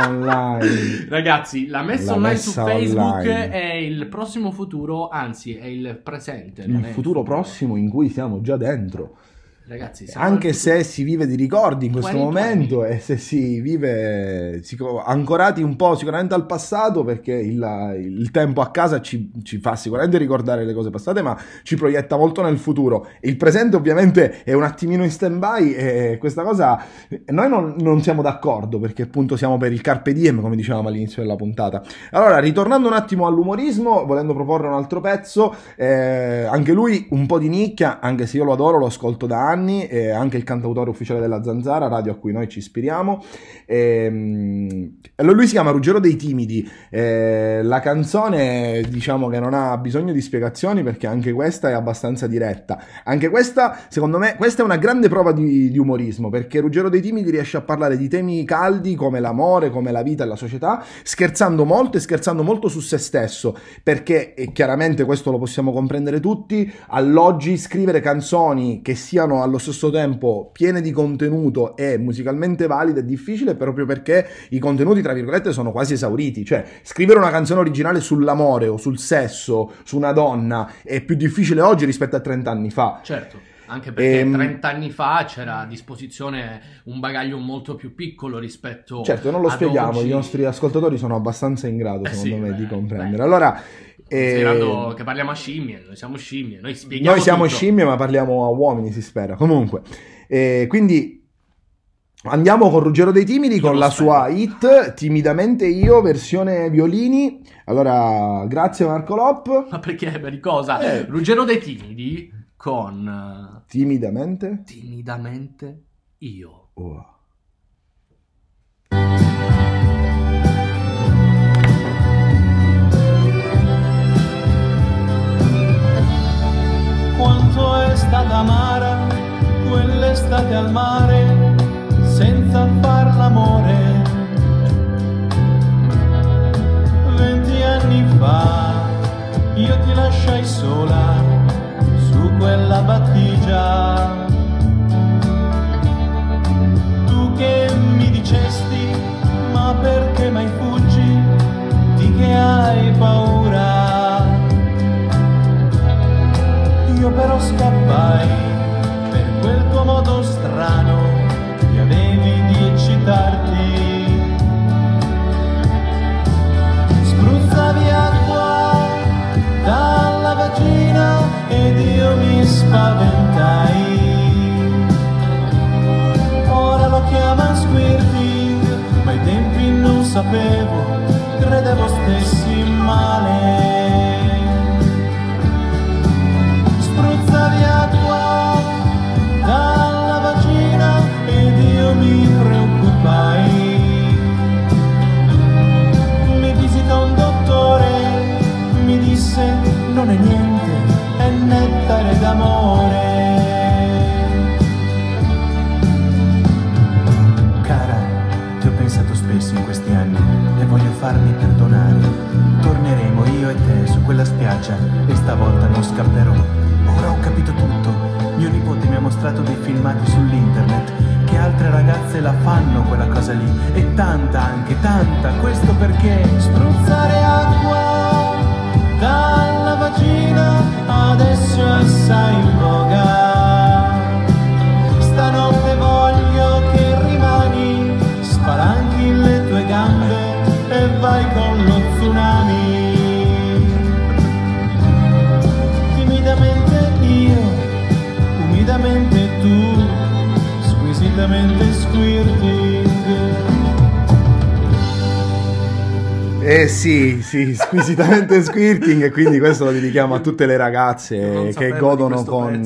Online. Ragazzi, la messa online su Facebook è il prossimo futuro, anzi è il presente. Il futuro prossimo in cui siamo già dentro. Ragazzi, anche se si vive di ricordi in questo momento e se si vive ancorati un po' sicuramente al passato, perché il tempo a casa ci fa sicuramente ricordare le cose passate, ma ci proietta molto nel futuro. Il presente ovviamente è un attimino in stand by, e questa cosa noi non siamo d'accordo, perché appunto siamo per il carpe diem, come dicevamo all'inizio della puntata. Allora, ritornando un attimo all'umorismo, volendo proporre un altro pezzo, anche lui un po' di nicchia, anche se io lo adoro, lo ascolto da anni, è anche il cantautore ufficiale della Zanzara, radio a cui noi ci ispiriamo. Lui si chiama Ruggero dei Timidi. La canzone, diciamo che non ha bisogno di spiegazioni, perché anche questa è abbastanza diretta. Anche questa, secondo me, questa è una grande prova di umorismo, perché Ruggero dei Timidi riesce a parlare di temi caldi come l'amore, come la vita e la società, scherzando molto su se stesso, perché chiaramente questo lo possiamo comprendere tutti. All'oggi scrivere canzoni che siano allo stesso tempo piene di contenuto e musicalmente valide è difficile, proprio perché i contenuti, tra virgolette, sono quasi esauriti. Cioè, scrivere una canzone originale sull'amore o sul sesso, su una donna, è più difficile oggi rispetto a 30 anni fa. Certo, anche perché 30 anni fa c'era a disposizione un bagaglio molto più piccolo rispetto certo, non lo spieghiamo, oggi. I nostri ascoltatori sono abbastanza in grado, secondo me, di comprendere. Allora, considerando che parliamo a scimmie, noi siamo scimmie, noi spieghiamo Noi siamo tutto. scimmie, ma parliamo a uomini, si spera. Comunque, quindi andiamo con Ruggero dei Timidi, con la sua hit Timidamente Io, versione violini. Allora, grazie Marco Lop. Ma perché? Di cosa? Ruggero dei Timidi con Timidamente Io. Oh. Quanto è stata amara quell'estate al mare senza far l'amore. 20 anni fa io ti lasciai sola su quella battigia. Tu che mi dicesti ma perché mai fuggi, di che hai paura? Io però scappai per quel tuo modo strano che avevi di eccitarti. Spruzzavi acqua dalla vagina ed io mi spaventai. Ora lo chiama squirting, ma ai tempi non sapevo, credevo stessi male. Spruzzavi non è niente, è nettare d'amore. Cara, ti ho pensato spesso in questi anni e voglio farmi perdonare. Torneremo io e te su quella spiaggia e stavolta non scapperò. Ora ho capito tutto. Mio nipote mi ha mostrato dei filmati sull'internet che altre ragazze la fanno quella cosa lì, e tanta, anche tanta. Questo perché spruzzare acqua dalla vagina adesso è assai in voga. Stanotte voglio che rimani, spalanchi le tue gambe e vai con lo tsunami. Timidamente io, umidamente tu, squisitamente squirting. Sì, squisitamente squirting, e quindi questo lo dedichiamo a tutte le ragazze che godono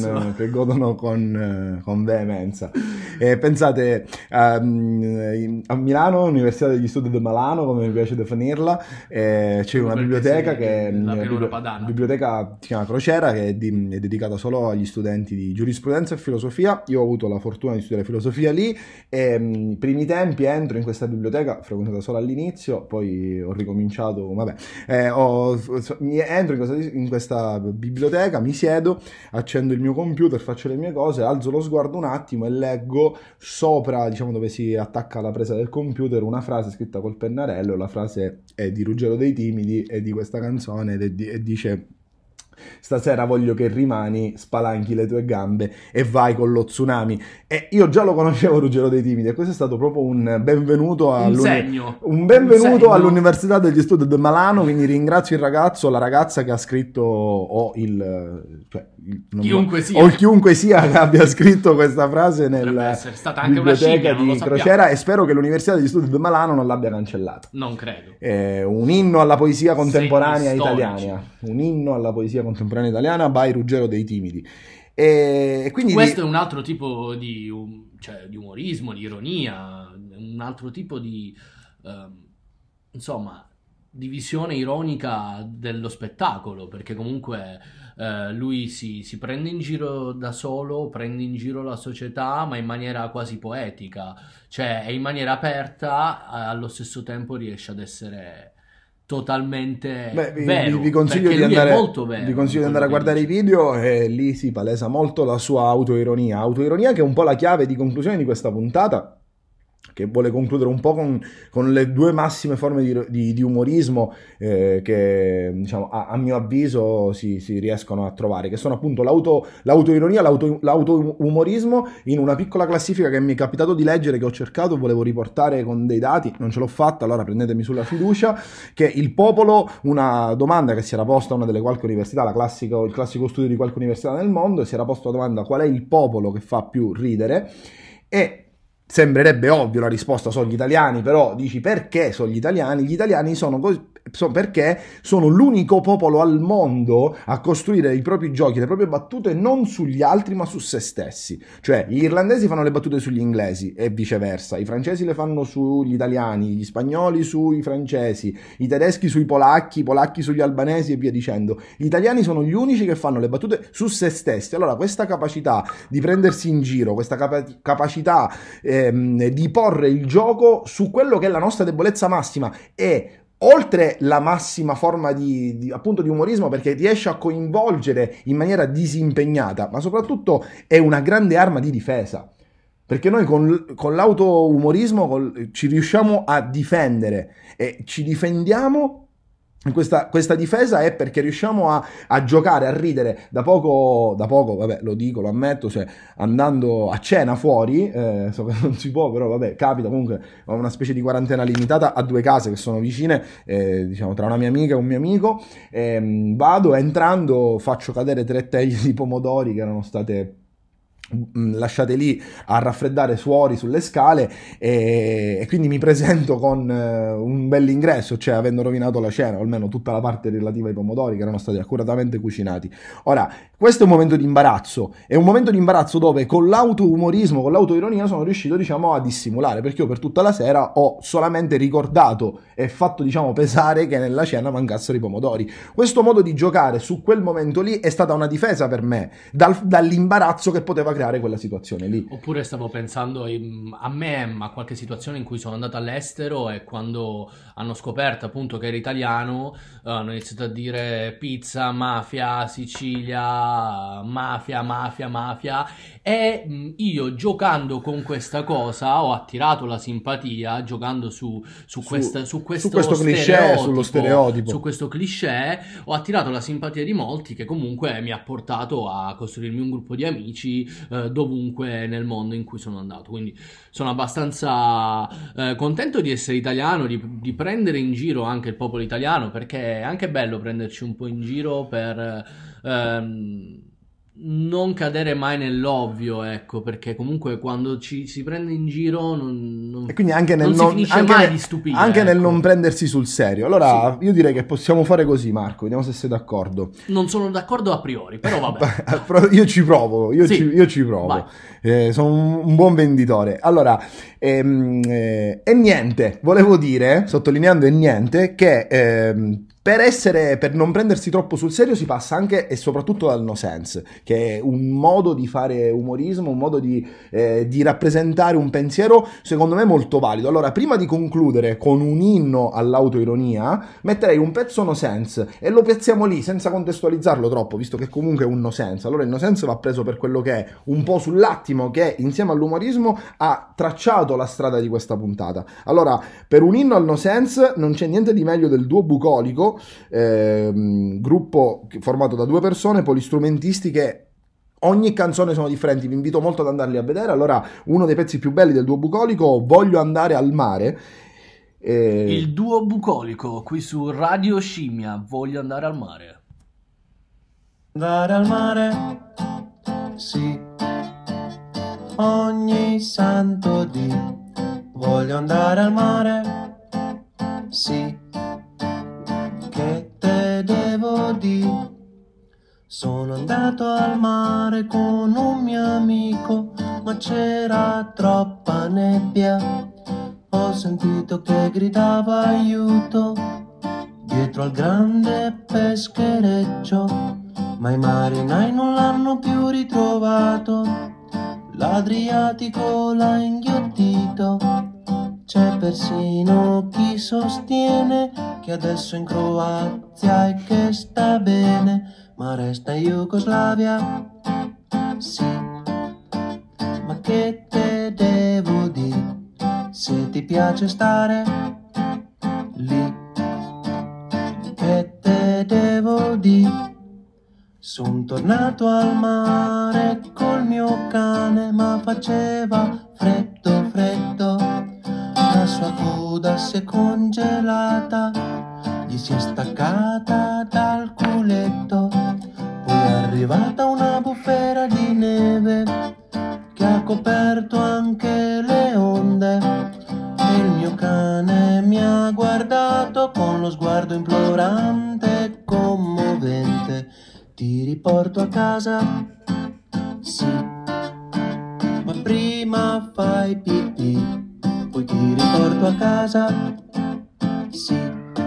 con veemenza. Pensate, a Milano, Università degli Studi di Milano, come mi piace definirla, c'è una biblioteca che biblioteca si chiama Crociera, che è dedicata solo agli studenti di giurisprudenza e filosofia. Io ho avuto la fortuna di studiare filosofia lì, e i primi tempi entro in questa biblioteca, frequentata solo all'inizio, poi ho ricominciato, entro in questa biblioteca, mi siedo, accendo il mio computer, faccio le mie cose, alzo lo sguardo un attimo e leggo sopra, diciamo, dove si attacca la presa del computer, una frase scritta col pennarello. La frase è di Ruggero dei Timidi, è di questa canzone, e dice: stasera voglio che rimani, spalanchi le tue gambe e vai con lo tsunami. E io già lo conoscevo Ruggero dei Timidi, e questo è stato proprio un benvenuto all'Università degli Studi di Milano. Quindi ringrazio il ragazzo, la ragazza che ha scritto, chiunque sia che abbia scritto questa frase nella biblioteca di Crociera, e spero che l'Università degli Studi di Milano non l'abbia cancellata. Non credo. Un inno alla poesia contemporanea italiana, un inno alla poesia contemporanea italiana by Ruggero dei Timidi. E quindi questo è un altro tipo di umorismo, di ironia, un altro tipo di di visione ironica dello spettacolo, perché comunque lui si prende in giro da solo, prende in giro la società, ma in maniera quasi poetica, cioè in maniera aperta, allo stesso tempo riesce ad essere totalmente vero. Vi consiglio di andare, vi consiglio di andare a guardare i video, e lì si palesa molto la sua autoironia, che è un po' la chiave di conclusione di questa puntata, che vuole concludere un po' con le due massime forme di umorismo che, diciamo, a mio avviso si riescono a trovare, che sono appunto l'autoironia, l'auto-umorismo, in una piccola classifica che mi è capitato di leggere, che ho cercato, volevo riportare con dei dati, non ce l'ho fatta, allora prendetemi sulla fiducia, che il popolo, una domanda che si era posta a una delle qualche università, il classico studio di qualche università nel mondo, si era posta la domanda: qual è il popolo che fa più ridere? E sembrerebbe ovvio la risposta: sono gli italiani. Però dici, perché sono gli italiani? Gli italiani sono così perché sono l'unico popolo al mondo a costruire i propri giochi, le proprie battute non sugli altri ma su se stessi. Cioè, gli irlandesi fanno le battute sugli inglesi e viceversa, i francesi le fanno sugli italiani, gli spagnoli sui francesi, i tedeschi sui polacchi, i polacchi sugli albanesi e via dicendo. Gli italiani sono gli unici che fanno le battute su se stessi. Allora, questa capacità di prendersi in giro, questa capacità di porre il gioco su quello che è la nostra debolezza massima, e oltre la massima forma appunto di umorismo, perché riesce a coinvolgere in maniera disimpegnata, ma soprattutto è una grande arma di difesa, perché noi con l'auto-umorismo ci riusciamo a difendere, e ci difendiamo. Questa difesa è perché riusciamo a giocare, a ridere. Da poco, vabbè, lo dico, lo ammetto, cioè andando a cena fuori, so che non si può, però vabbè, capita, comunque ho una specie di quarantena limitata a 2 case che sono vicine, diciamo tra una mia amica e un mio amico, vado, entrando, faccio cadere 3 teglie di pomodori che erano state lasciate lì a raffreddare fuori sulle scale, e quindi mi presento con un bell'ingresso, cioè avendo rovinato la cena, o almeno tutta la parte relativa ai pomodori che erano stati accuratamente cucinati. Ora, questo è un momento di imbarazzo, è un momento di imbarazzo dove con l'auto-umorismo, con l'autoironia sono riuscito, diciamo, a dissimulare, perché io per tutta la sera ho solamente ricordato e fatto, diciamo, pesare che nella cena mancassero i pomodori. Questo modo di giocare su quel momento lì è stata una difesa per me dall'imbarazzo che poteva creare quella situazione lì. Oppure stavo pensando a me, a qualche situazione in cui sono andato all'estero e quando hanno scoperto appunto che era italiano, hanno iniziato a dire pizza, mafia, Sicilia, mafia, e io giocando con questa cosa ho attirato la simpatia, giocando su questo cliché, sullo stereotipo. Su questo cliché ho attirato la simpatia di molti, che comunque mi ha portato a costruirmi un gruppo di amici dovunque nel mondo in cui sono andato. Quindi sono abbastanza contento di essere italiano, di prendere in giro anche il popolo italiano, perché è anche bello prenderci un po' in giro per non cadere mai nell'ovvio, ecco, perché comunque quando ci si prende in giro non e quindi anche nel si finisce mai di stupire, anche ecco, nel non prendersi sul serio. Allora io direi che possiamo fare così, Marco, vediamo se sei d'accordo. Non sono d'accordo a priori, però vabbè. Io ci provo, io ci provo. Sono un buon venditore. Allora, e niente, volevo dire, sottolineando che per non prendersi troppo sul serio si passa anche e soprattutto dal no sense, che è un modo di fare umorismo, un modo di rappresentare un pensiero secondo me molto valido. Allora, prima di concludere con un inno all'autoironia, metterei un pezzo no sense e lo piazziamo lì senza contestualizzarlo troppo, visto che comunque è un no sense. Allora il no sense va preso per quello che è, un po' sull'attimo che insieme all'umorismo ha tracciato la strada di questa puntata. Allora, per un inno al no sense non c'è niente di meglio del duo bucolico, gruppo formato da 2 persone polistrumentisti che ogni canzone sono differenti, vi invito molto ad andarli a vedere. Allora, uno dei pezzi più belli del duo bucolico, Voglio andare al mare. Il duo bucolico qui su Radio Scimmia, Voglio andare al mare. Andare al mare, sì, ogni santo dì. Voglio andare al mare, sì, che te devo dire? Sono andato al mare con un mio amico, ma c'era troppa nebbia. Ho sentito che gridava aiuto dietro al grande peschereccio, ma i marinai non l'hanno più ritrovato. L'Adriatico l'ha inghiottito. C'è persino chi sostiene che adesso è in Croazia e che sta bene, ma resta in Jugoslavia, sì. Ma che te devo dire? Se ti piace stare lì, che te devo dire? Son tornato al mare col mio cane, ma faceva freddo, freddo. La sua coda si è congelata, gli si è staccata dal culetto. Poi è arrivata una bufera di neve che ha coperto anche le onde. E il mio cane mi ha guardato con lo sguardo implorante e commovente. Ti riporto a casa, sì, ma prima fai pipì. Poi ti riporto a casa, sì,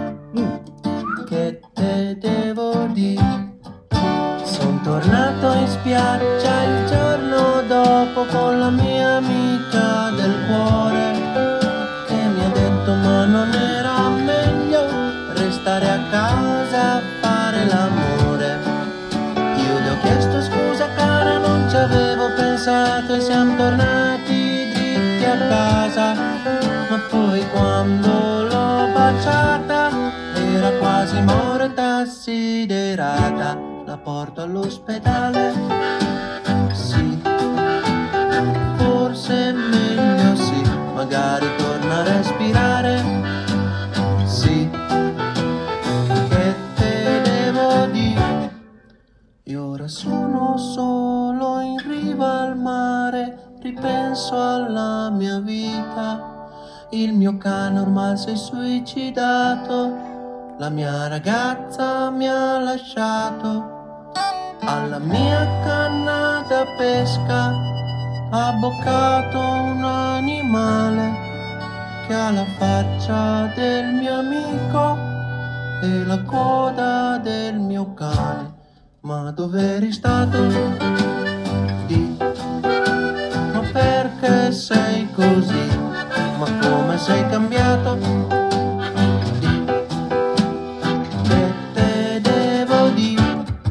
che te devo dire? Son tornato in spiaggia il giorno dopo con la mia amica del cuore, che mi ha detto ma non era meglio restare a casa a fare l'amore. Io le ho chiesto scusa cara, non ci avevo pensato, e siamo tornati dritti a casa. Ma poi quando l'ho baciata era quasi morta assiderata. La porto all'ospedale, sì, forse è meglio sì, magari torna a respirare, sì, che te devo dire? E ora sono solo in riva riva al mare, ripenso alla mia vita. Il mio cane ormai si è suicidato, la mia ragazza mi ha lasciato. Alla mia canna da pesca ha abboccato un animale che ha la faccia del mio amico e la coda del mio cane. Ma dov'eri stato? Di, ma perché sei così? Ma come sei cambiato? Di, che te devo dire?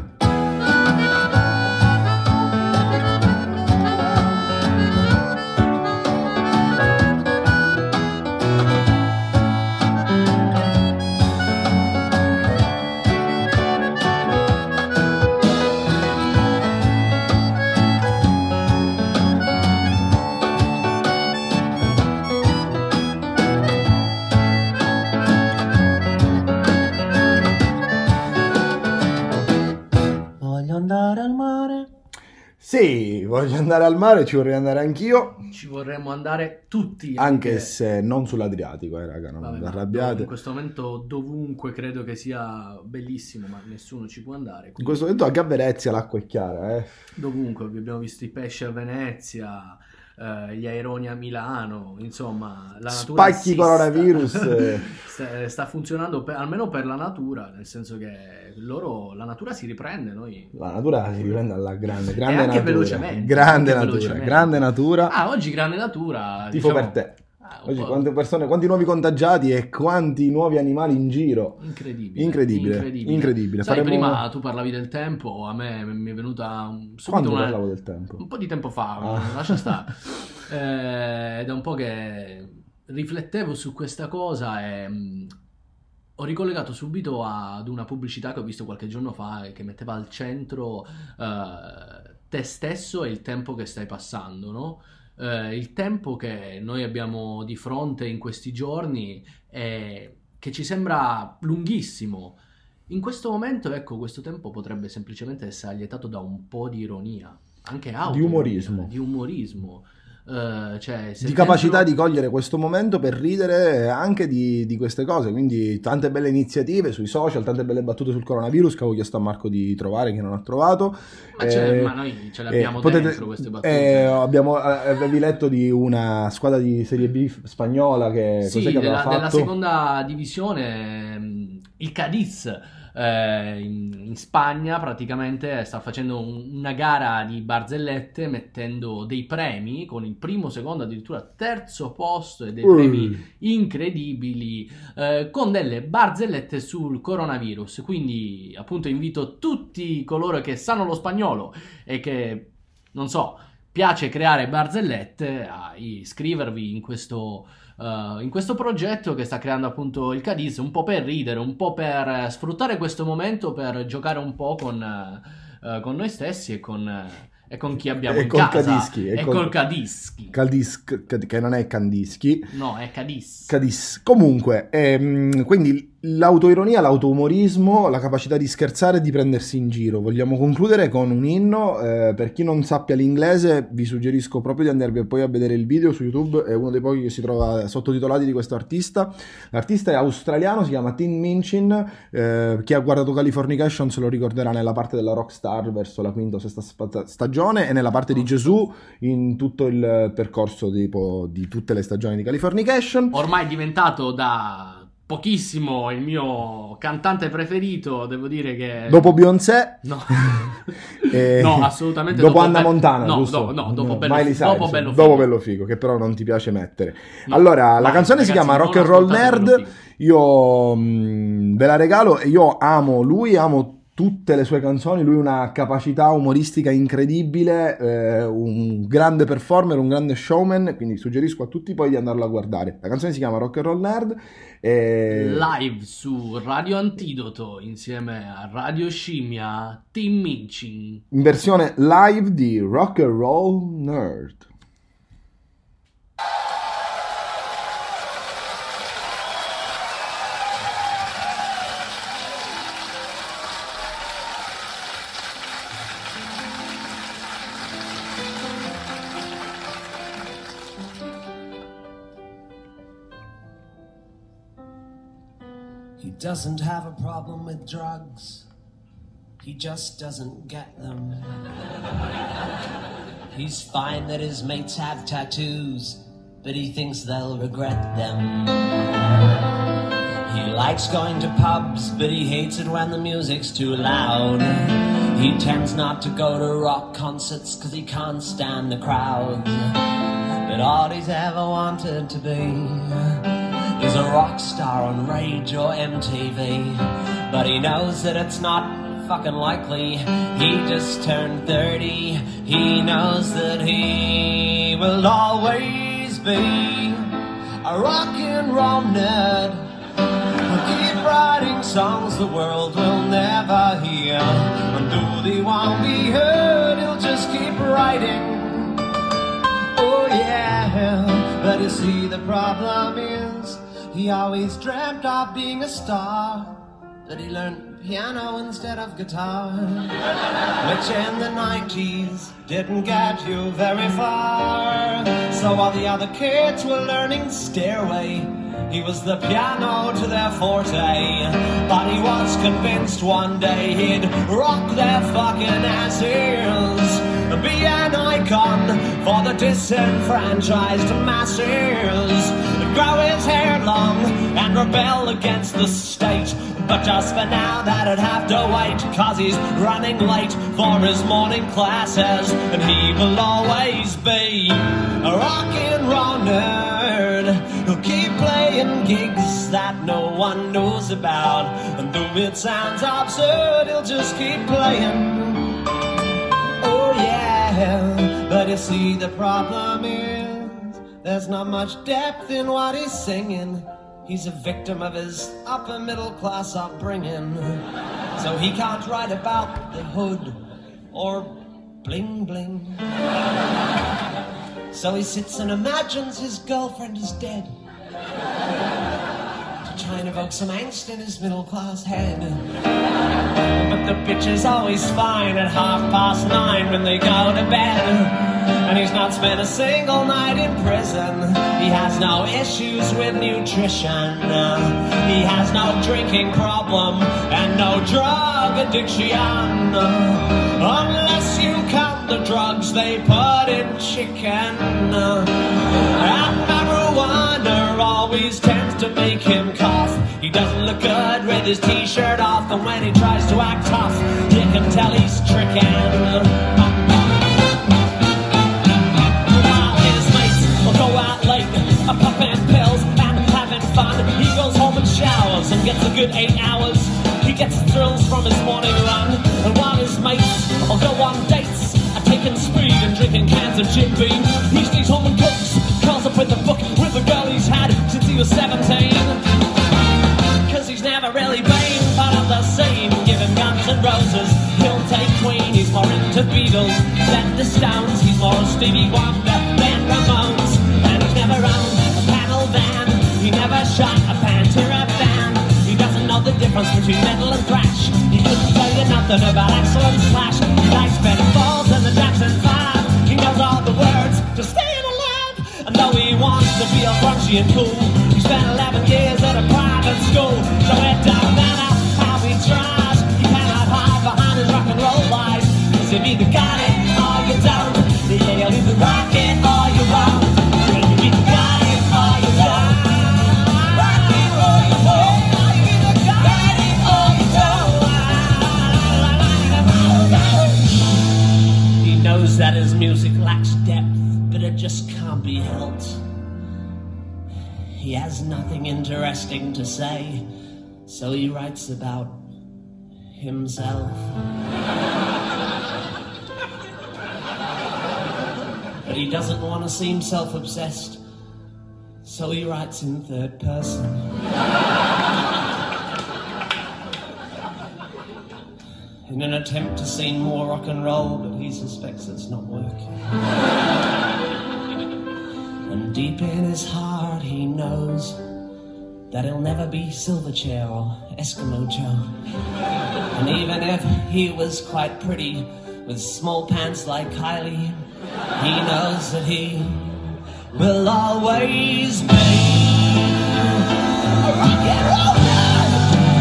Andare al mare? Sì, voglio andare al mare, ci vorrei andare anch'io. Ci vorremmo andare tutti. Anche se non sull'Adriatico, raga, non Vabbè, arrabbiate. in questo momento dovunque credo che sia bellissimo, ma nessuno ci può andare. In questo momento anche a Venezia l'acqua è chiara, Dovunque, abbiamo visto i pesci a Venezia, gli aironi a Milano, insomma, la natura spacchi coronavirus. sta funzionando almeno per la natura, nel senso che la natura si riprende, noi. La natura si riprende alla grande e anche natura. velocemente. Grande natura. Ah, oggi grande natura. Tifo per te. Oggi quante persone, quanti nuovi contagiati e quanti nuovi animali in giro. Incredibile. Sai, prima tu parlavi del tempo, a me mi è venuta quando parlavo del tempo? Un po' di tempo fa, lascia stare. Ed è un po' che riflettevo su questa cosa e ho ricollegato subito ad una pubblicità che ho visto qualche giorno fa che metteva al centro te stesso e il tempo che stai passando, no? Il tempo che noi abbiamo di fronte in questi giorni che ci sembra lunghissimo. In questo momento, ecco, questo tempo potrebbe semplicemente essere allietato da un po' di ironia, anche di umorismo. Di capacità di cogliere questo momento per ridere anche di queste cose. Quindi tante belle iniziative sui social, tante belle battute sul coronavirus che avevo chiesto a Marco di trovare, che non ha trovato. Ma noi ce le abbiamo dentro queste battute. Avevi letto di una squadra di Serie B spagnola che sì, cos'è che aveva fatto? Della seconda divisione, il Cadiz. In Spagna praticamente sta facendo una gara di barzellette, mettendo dei premi con il primo, secondo, addirittura terzo posto e dei premi incredibili, con delle barzellette sul coronavirus. Quindi appunto invito tutti coloro che sanno lo spagnolo e che, non so, piace creare barzellette a iscrivervi in questo progetto che sta creando appunto il Cadiz, un po' per ridere, un po' per sfruttare questo momento per giocare un po' con noi stessi e con chi abbiamo in casa. Col Cadischi. Che non è Candischi. No, è Cadiz. Comunque, quindi l'autoironia, l'autoumorismo, la capacità di scherzare e di prendersi in giro. Vogliamo concludere con un inno. Per chi non sappia l'inglese, vi suggerisco proprio di andarvi poi a vedere il video su YouTube. È uno dei pochi che si trova sottotitolati di questo artista. L'artista è australiano, si chiama Tim Minchin. Chi ha guardato Californication se lo ricorderà nella parte della rockstar verso la quinta o sesta stagione, e nella parte di Gesù in tutto il percorso di tutte le stagioni di Californication. Ormai è diventato da pochissimo il mio cantante preferito, devo dire che... Dopo Beyoncé? No, no, assolutamente. Dopo Anna Montana, no, giusto? No, dopo Bello Figo, che però non ti piace mettere. No, allora, la canzone si chiama Rock and Roll Nerd. Io ve la regalo e io amo lui, amo tutte le sue canzoni. Lui ha una capacità umoristica incredibile, un grande performer, un grande showman, quindi suggerisco a tutti poi di andarlo a guardare. La canzone si chiama Rock and Roll Nerd live su Radio Antidoto insieme a Radio Scimmia, Tim Minchin, in versione live di Rock and Roll Nerd. doesn't have a problem with drugs. He just doesn't get them. He's fine that his mates have tattoos, but he thinks they'll regret them. He likes going to pubs, but he hates it when the music's too loud. He tends not to go to rock concerts, cause he can't stand the crowds. But all he's ever wanted to be is a rock star on Rage or MTV. But he knows that it's not fucking likely. He just turned 30. He knows that he will always be a rock and roll nerd. He'll keep writing songs the world will never hear. And though they won't be heard, he'll just keep writing. Oh yeah, but you see the problem is he always dreamt of being a star, but he learned piano instead of guitar, which in the 90s didn't get you very far. So while the other kids were learning Stairway, he was the piano to their forte. But he was convinced one day he'd rock their fucking asses and be an icon for the disenfranchised masses. Grow his hair long and rebel against the state. But just for now that'd have to wait, cause he's running late for his morning classes. And he will always be a rock and roll nerd who'll keep playing gigs that no one knows about. And though it sounds absurd, he'll just keep playing. Oh yeah, but you see the problem is there's not much depth in what he's singing. He's a victim of his upper middle class upbringing. So he can't write about the hood or bling bling. So he sits and imagines his girlfriend is dead, to try and evoke some angst in his middle class head. But the bitch is always fine at 9:30 when they go to bed. And he's not spent a single night in prison. He has no issues with nutrition. He has no drinking problem and no drug addiction. Unless you count the drugs they put in chicken. And marijuana always tends to make him cough. He doesn't look good with his t-shirt off, and when he tries to act tough, you can tell he's tricking. Go out late, puffing pills and having fun. He goes home and showers and gets a good 8 hours. He gets thrills from his morning run. And while his mates will go on dates, taking speed and drinking cans of Jim Beam, he stays home and cooks, curls up with a book with a girl he's had since he was 17. Cause he's never really been part of the scene. Give him Guns N' Roses, he'll take Queen. He's more into Beatles than the Stones. He's more Stevie Wonder than Ramones. Never owned a panel van. He never shot a Pantera fan. He doesn't know the difference between metal and thrash. He couldn't tell you nothing about Axl and Slash. He likes Benny Balls and the Jackson 5. He knows all the words to staying alive. And though he wants to be all crunchy and cool, he spent 11 years at a private school. So it don't matter how he tries, he cannot hide behind his rock and roll lies. Cause if you either got it or you don't, yeah, you'll either rock it or you won't. Knows that his music lacks depth, but it just can't be helped. He has nothing interesting to say, so he writes about himself. But he doesn't want to seem self-obsessed, so he writes in third person. In an attempt to seem more rock and roll, but he suspects it's not working. And deep in his heart he knows that he'll never be Silverchair or Eskimo Joe. And even if he was quite pretty with small pants like Kylie, he knows that he will always be a rock and roll nerd.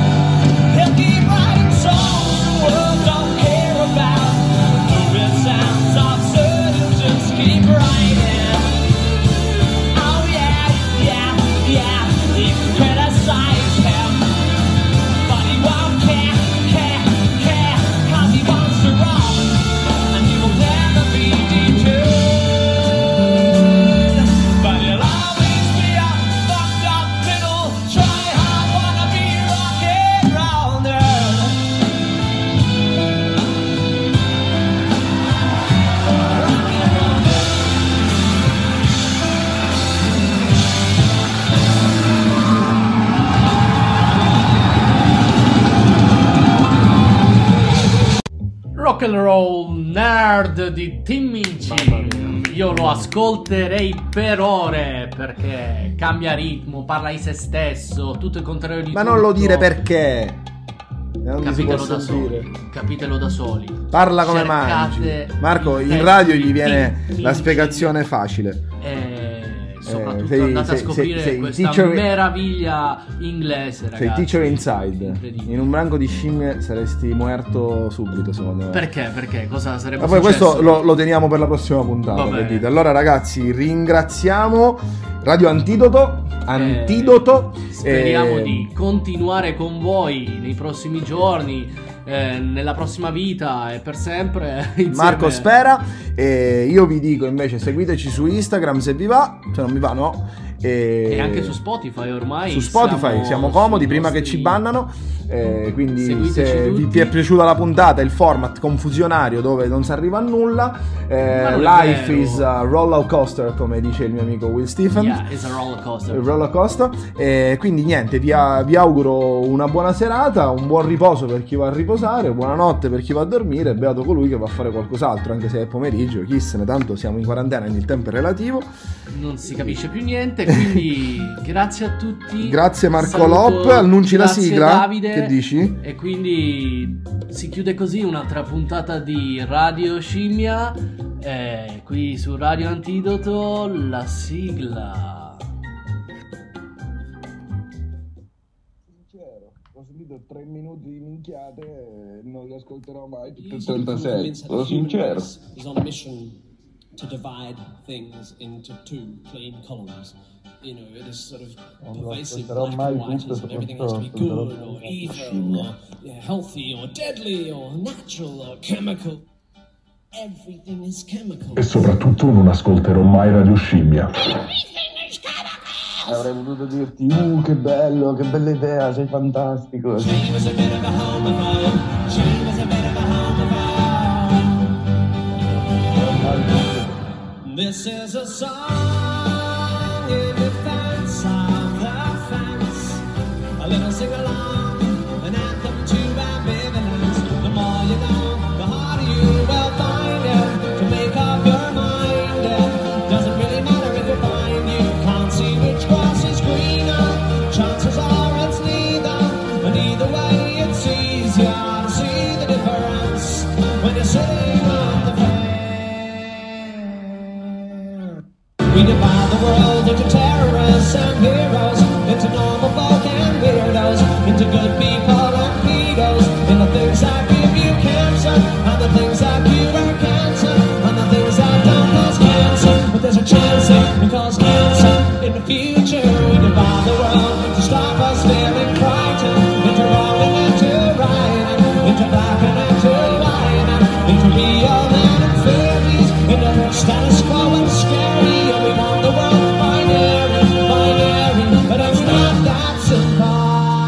Rock and Roll Nerd di Timmy G. Io lo ascolterei per ore perché cambia ritmo, parla di se stesso, tutto il contrario di Ma tutto. non lo dire perché. Capitelo da soli. Parla come Cercate mangi. Marco, in testi radio gli viene Timmy la G. spiegazione facile. Soprattutto sei- andate a sei- scoprire sei questa teacher- meraviglia inglese, ragazzi. Sei teacher inside. Incredibile. In un branco di scimmie saresti muerto subito, secondo me. Perché? Perché? Cosa sarebbe Ma poi successo? questo lo teniamo per la prossima puntata. Va bene. che dite? Allora, ragazzi, ringraziamo Radio Antidoto. Speriamo di continuare con voi nei prossimi giorni, nella prossima vita e per sempre. Insieme. Marco spera. E io vi dico invece, seguiteci su Instagram se vi va. Se non mi va, no. E anche su Spotify ormai. Su Spotify siamo comodi prima che ci bannano. Quindi Seguiteci se tutti. vi è piaciuta la puntata, il format confusionario dove non si arriva a nulla, non è life vero. is a roller coaster, come dice il mio amico Will Stephen. Yeah, it's a roller coaster. Il roller coaster. Quindi niente, vi auguro una buona serata, un buon riposo per chi va a riposare, buonanotte per chi va a dormire, beato colui che va a fare qualcos'altro, anche se è pomeriggio, chi se ne, tanto siamo in quarantena, quindi il tempo è relativo. Non si capisce più niente, quindi grazie a tutti. Grazie Marco Saluto, Lop, annunci la grazie sigla. Davide. Che dici? E quindi si chiude così un'altra puntata di Radio Scimmia. Qui su Radio Antidoto la sigla. Sincero, ho sentito 3 minuti di minchiate e non li ascolterò mai tutto il 36. Sono sincero. Is on a mission to divide things into two clean columns. You know, it is sort of pervasive black and white. Everything has to be good or evil or healthy or deadly or natural or chemical. Everything is chemical. E soprattutto non ascolterò mai Radio Scimmia. Avrei voluto dirti, che bello, che bella idea, sei fantastico. She was a bit of a homophobe. She was a bit of a homophobe. This is a song in defense of the fence. A little sing-along, an anthem to ambivalence. The more you know, the harder you will find it to make up your mind. Doesn't really matter if you find you can't see which grass is greener. Chances are it's neither, but either way it's easier to see the difference when you're sitting on the fence. We divide the world into terrorists and heroes, into normal folk and weirdos, into good people and pedos, in the things that give you cancer, and the things that cure cancer, and the things that don't cause cancer. But there's a chance it can cause cancer in the future. We divide the world to stop us feeling frightened, into wrong and into right, into black and into white, into real and fairies, into status quo and scary. We want the world binary, but it's not that simple.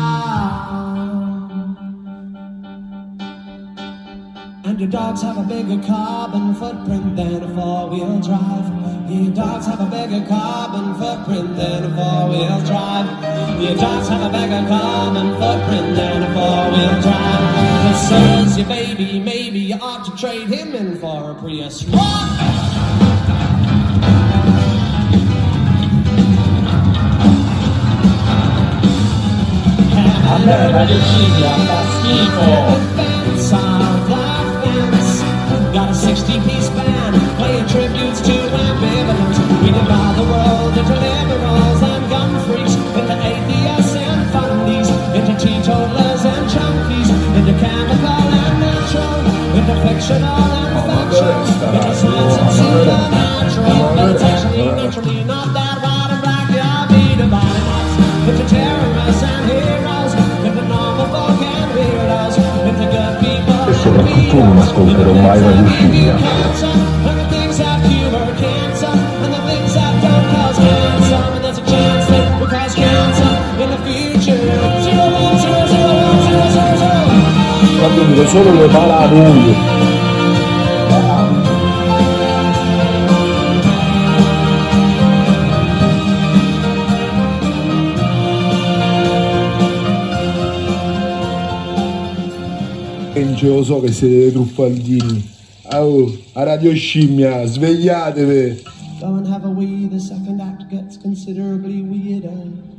And your dogs have a bigger carbon footprint than a four-wheel drive. Your dogs have a bigger carbon footprint than a four-wheel drive. Your dogs have a bigger carbon footprint than a four-wheel drive. It says your baby, maybe you ought to trade him in for a Prius. A me Radio Scimmia fa schifo. Got a 60-piece band playing tributes to ambivalence. We divide the world into liberals and gun freaks, into atheists and fundies, into teetotalers and junkies, into chemical and natural, into fictional and factual, into science and supernatural. But it's actually naturally not that white and black. Yeah, we divide us into terrorists and heroes, into normal folk and weirdos, into good people. E soprattutto non ascolterò mai Radio Scimmia. Quindi solo le parabole. ce lo so che siete dei truffaldini. Oh, a Radio Scimmia, svegliatevi! Go and have a wee, the second act gets considerably weirder.